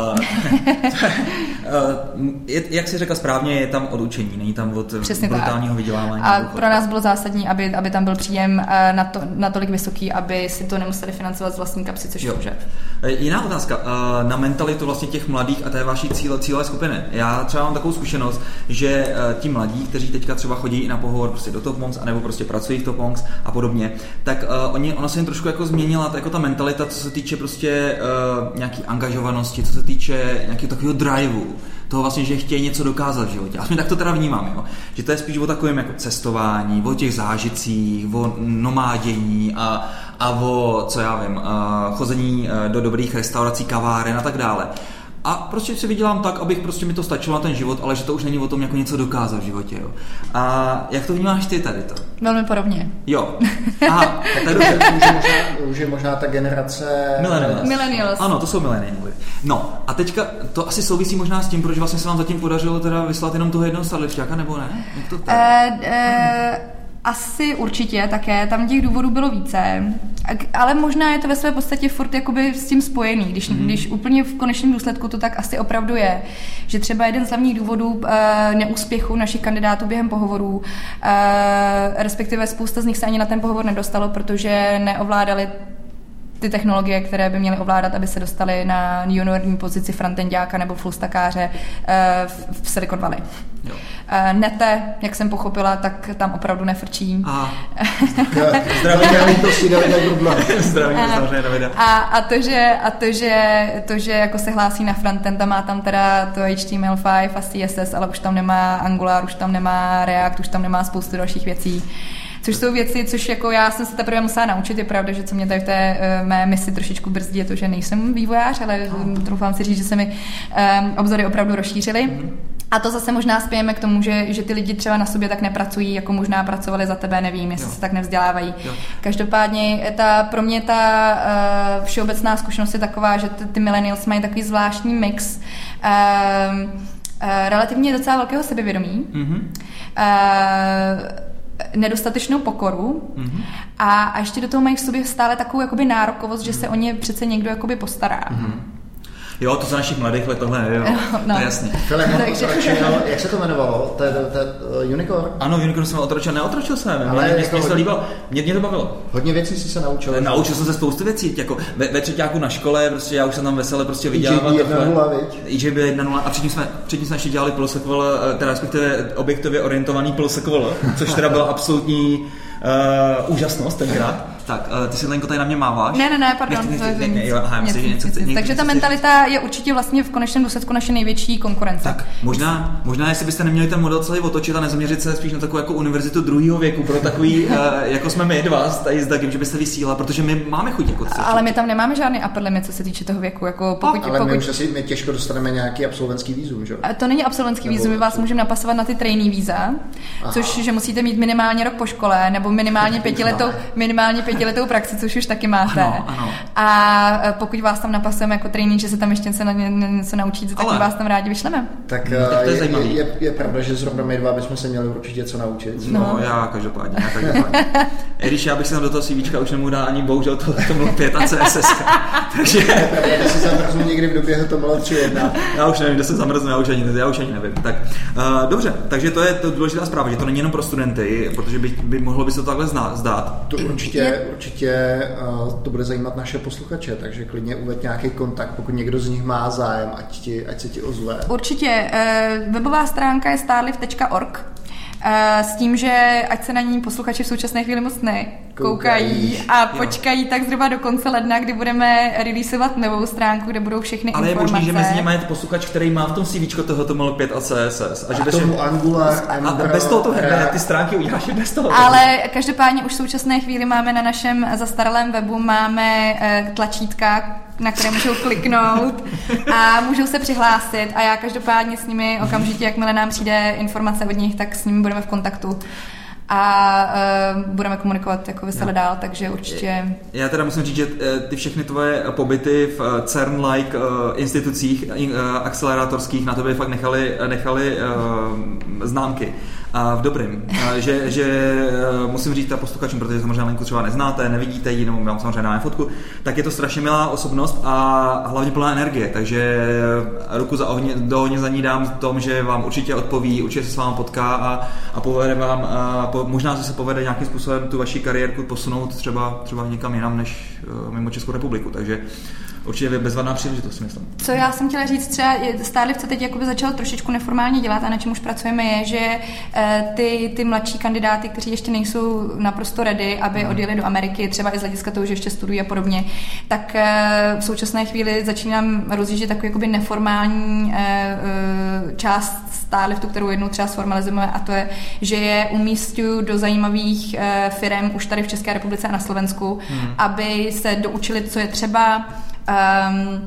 Jak jsi řekla správně, je tam od učení, není tam od brutálního vydělávání. A pro nás bylo zásadní, aby tam byl příjem natolik vysoký, aby si to nemuseli financovat z vlastní kapsy, což může. Jiná otázka, na mentalitu vlastně těch mladých a té vaší cílové skupiny. Já třeba mám takovou zkušenost, že ti mladí, kteří teďka třeba chodí i na pohovor prostě do TopMonks, anebo prostě pracují v TopMonks a podobně, tak ona se jim trošku jako změnila jako ta mentalita, co se týče prostě nějaký angažovanosti, co se týče nějakého takového driveu, toho vlastně, že chtějí něco dokázat v životě. Aspoň tak to teda vnímám, jo? Že to je spíš o takovém jako cestování, o těch zážitcích, o nomádění a o, co já vím, chození do dobrých restaurací, kaváren a tak dále. A prostě si vydělám tak, abych prostě mi to stačilo na ten život, ale že to už není o tom jako něco dokázat v životě, jo. A jak to vnímáš ty tady to? Velmi podobně. Jo. Aha, tak už je možná ta generace... Millennials. Ano, to jsou millennials. No, a teďka to asi souvisí možná s tím, proč vlastně se vám zatím podařilo teda vyslat jenom toho jednoho starlivčáka, nebo ne? Jak to asi určitě také, tam těch důvodů bylo více. Ale možná je to ve své podstatě furt jakoby s tím spojený, když úplně v konečném důsledku to tak asi opravdu je, že třeba jeden z hlavních důvodů neúspěchu našich kandidátů během pohovorů, respektive spousta z nich se ani na ten pohovor nedostalo, protože neovládali ty technologie, které by měly ovládat, aby se dostali na juniorní pozici frontendáka nebo fullstackáře v Silicon Valley. Jo. Nete, jak jsem pochopila, tak tam opravdu nefrčí. Zdravím, Davida. A to, že jako se hlásí na frontend a má tam teda to HTML5 a CSS, ale už tam nemá Angular, už tam nemá React, už tam nemá spoustu dalších věcí. Což jsou věci, což jako já jsem se teprve musela naučit, je pravda, že co mě tady v té mé misi trošičku brzdí, je to, že nejsem vývojář, ale troufám si říct, že se mi obzory opravdu rozšířily. A to zase možná spějeme k tomu, že ty lidi třeba na sobě tak nepracují, jako možná pracovali za tebe, nevím, jestli se tak nevzdělávají. Jo. Každopádně pro mě ta všeobecná zkušenost je taková, že ty millennials mají takový zvláštní mix relativně docela velkého sebevědomí, nedostatečnou pokoru a ještě do toho mají v sobě stále takovou jakoby nárokovost, že se o ně přece někdo jakoby postará. Jo, to za našich mladých let tohle, jo. No. To je jasný. Jak se to jmenovalo? To je Unicorn? Ano, Unicorn jsem otročil, neotročil jsem, mě se to líbilo, mě to bavilo. Hodně věcí jsi se naučil. Naučil jsem se spoustu věcí, jako ve třetíku na škole, prostě já už jsem tam vesele prostě vydělával. EJB 1.0 a předtím jsme ještě dělali PLSQL, teda respektive objektově orientovaný PLSQL, což teda byla absolutní úžasnost tenkrát. Tak, ty si Lenko tady na mě máváš? Ne, pardon. Takže ta mentalita je určitě vlastně v konečném důsledku naše největší konkurence. Tak, možná jestli byste neměli ten model celý otočit a nezaměřit se spíš na takovou jako univerzitu druhého věku, pro takový, jako jsme my dva, tady s Dagim, že byste vysílala, protože my máme chuť jako co. Ale my tam nemáme žádný upper limit, co se týče toho věku. Jako my těžko dostaneme nějaký absolventský vízum, že? To není absolventský vízum, my vás můžeme napasovat na ty trainee víza, což že musíte mít minimálně rok po škole, nebo minimálně pětiletou praxi, což už taky máte. Ano. A pokud vás tam napasujeme jako trainee, že se tam ještě něco naučíte, tak vás tam rádi vyšleme. Tak je pravda, že zrovna my dva bychom se měli určitě co naučit. No, já každopádně. I když já bych si tam do toho CVčka už nemohl dát ani bohužel to ML5 a CSS. Takže já si zamrznu někdy v době to ML3.1. Já už nevím, kde se zamrznu, já už ani nevím. Tak, dobře, takže to je to důležitá zpráva, že to není jenom pro studenty, protože mohlo by se to takhle zdát. To určitě to bude zajímat naše posluchače, takže klidně uveď nějaký kontakt, pokud někdo z nich má zájem, ať se ti ozve. Určitě. Webová stránka je starlift.org. S tím, že ať se na ní posluchači v současné chvíli moc nekoukají a počkají tak zhruba do konce ledna, kdy budeme releaseovat novou stránku, kde budou všechny informace. Ale je možný, že mezi nimi je posluchač, který má v tom CVčko tohoto ML5 a CSS. A že tomu Angular, a bez toho to hrne, ty stránky uděláš i bez toho. Ale každopádně už v současné chvíli máme na našem zastaralém webu máme tlačítka, na které můžou kliknout a můžou se přihlásit a já každopádně s nimi okamžitě, jakmile nám přijde informace od nich, tak s nimi budeme v kontaktu a budeme komunikovat jako vesele dál, takže určitě... Já teda musím říct, že ty všechny tvoje pobyty v CERN-like institucích akcelerátorských na tebe fakt nechali známky. A v dobrým, že musím říct posluchačům, protože samozřejmě Lenku třeba neznáte, nevidíte ji, nebo vám samozřejmě dáme fotku, tak je to strašně milá osobnost a hlavně plná energie, takže ruku do ohně za ní dám v tom, že vám určitě odpoví, určitě se s vámi potká a povede vám, možná se povede nějakým způsobem tu vaši kariérku posunout třeba někam jinam než mimo Českou republiku, takže určitě bezvadná příležitost, myslím. Co já jsem chtěla říct, třeba Starlift, co teď jakoby začal trošičku neformálně dělat a na čem už pracujeme, je, že ty mladší kandidáty, kteří ještě nejsou naprosto ready, aby odjeli do Ameriky, třeba i z hlediska toho, že ještě studují a podobně, tak v současné chvíli začínám rozjíždět takový jakoby neformální část Starliftu, kterou jednou třeba sformalizujeme, a to je, že je umísťuju do zajímavých firem už tady v České republice a na Slovensku, aby se doučili, co je třeba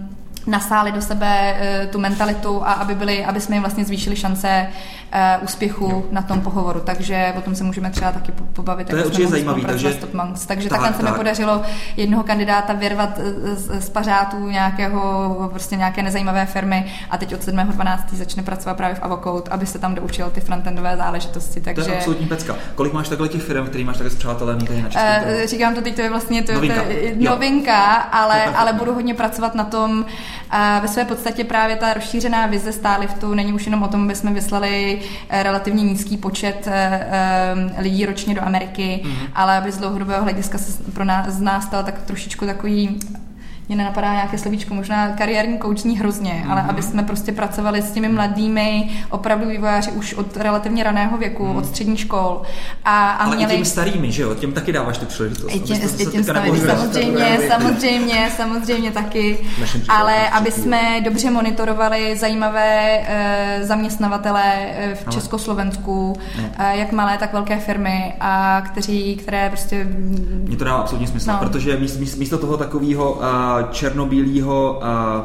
nasáli do sebe tu mentalitu a aby jsme jim vlastně zvýšili šance úspěchu na tom pohovoru. Takže o tom se můžeme třeba taky pobavit. To je určitě zajímavý. Takže takhle se mi podařilo jednoho kandidáta vyrvat z pařátů nějaké nezajímavé firmy a teď od 7.12. začne pracovat právě v Avocode, aby se tam doučil ty frontendové záležitosti. Takže... To je absolutní pecka. Kolik máš takhle těch firm, který máš takhle s přátelé na českém? Říkám to teď, to je vlastně novinka, ale budu hodně pracovat na tom. Ve své podstatě právě ta rozšířená vize Starliftu není už jenom o tom, aby jsme vyslali relativně nízký počet lidí ročně do Ameriky, ale aby z dlouhodobého hlediska se pro nás stal tak trošičku takový, mě nenapadá nějaké slovíčko, možná kariérní coach zní hrozně, ale aby jsme prostě pracovali s těmi mladými opravdu vývojáři už od relativně raného věku, od středních škol. Ale měli... i těm starými, že jo? Těm taky dáváš tu příležitost. I těm starými, samozřejmě taky. Ale aby jsme dobře monitorovali zajímavé zaměstnavatele v Československu, jak malé, tak velké firmy, a které prostě... Mně to dává absolutní smysl, protože místo toho takového černobílého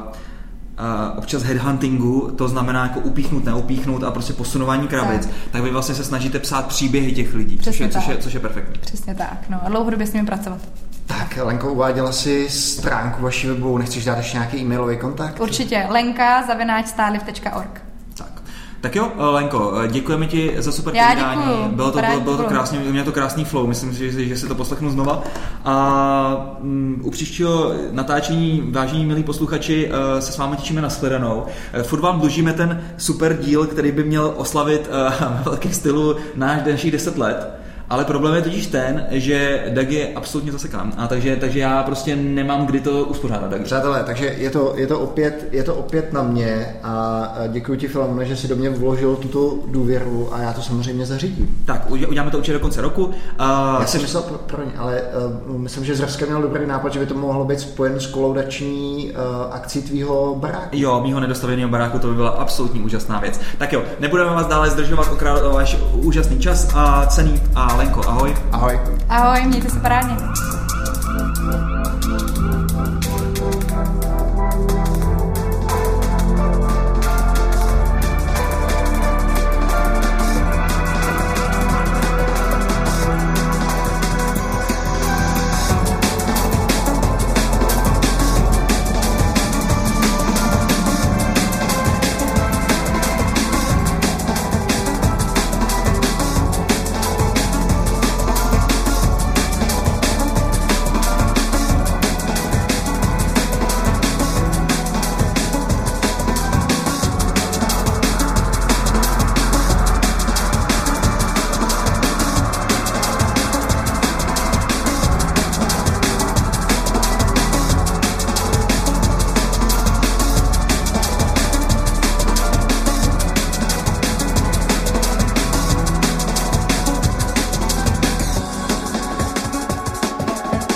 občas headhuntingu, to znamená jako upíchnout, neupíchnout a prostě posunování krabic, tak vy vlastně se snažíte psát příběhy těch lidí, což je perfektní. Přesně tak, a dlouhodobě s nimi pracovat. Tak, Lenko, uváděla si stránku vaší webu, nechceš dát ještě nějaký e-mailový kontakt? Určitě, lenka@starlift.org. Tak jo, Lenko, děkujeme ti za super povídání. Bylo to krásně, mělo to krásný flow, myslím si, že si to poslechnu znova. A u příštího natáčení, vážení milí posluchači, se s vámi těšíme na shledanou. Furt vám dlužíme ten super díl, který by měl oslavit v velkém stylu našich 10 let. Ale problém je totiž ten, že Dag je absolutně zasekán. Takže já prostě nemám kdy to uspořádat. Dag. Přátelé, takže je to opět na mě a děkuji ti, Filemone, že jsi do mě vložil tuto důvěru a já to samozřejmě zařídím. Tak, uděláme to určitě do konce roku. Já jsem myslel ale myslím, že Zrska měl dobrý nápad, že by to mohlo být spojen s kolaudační akcí tvýho baráku. Jo, mýho nedostavěného baráku, to by byla absolutní úžasná věc. Tak jo, nebudeme vás dále zdržovat, okrádat váš úžasný čas a cený. A Lenko, ahoj. Ahoj. Ahoj, mějte se parádně.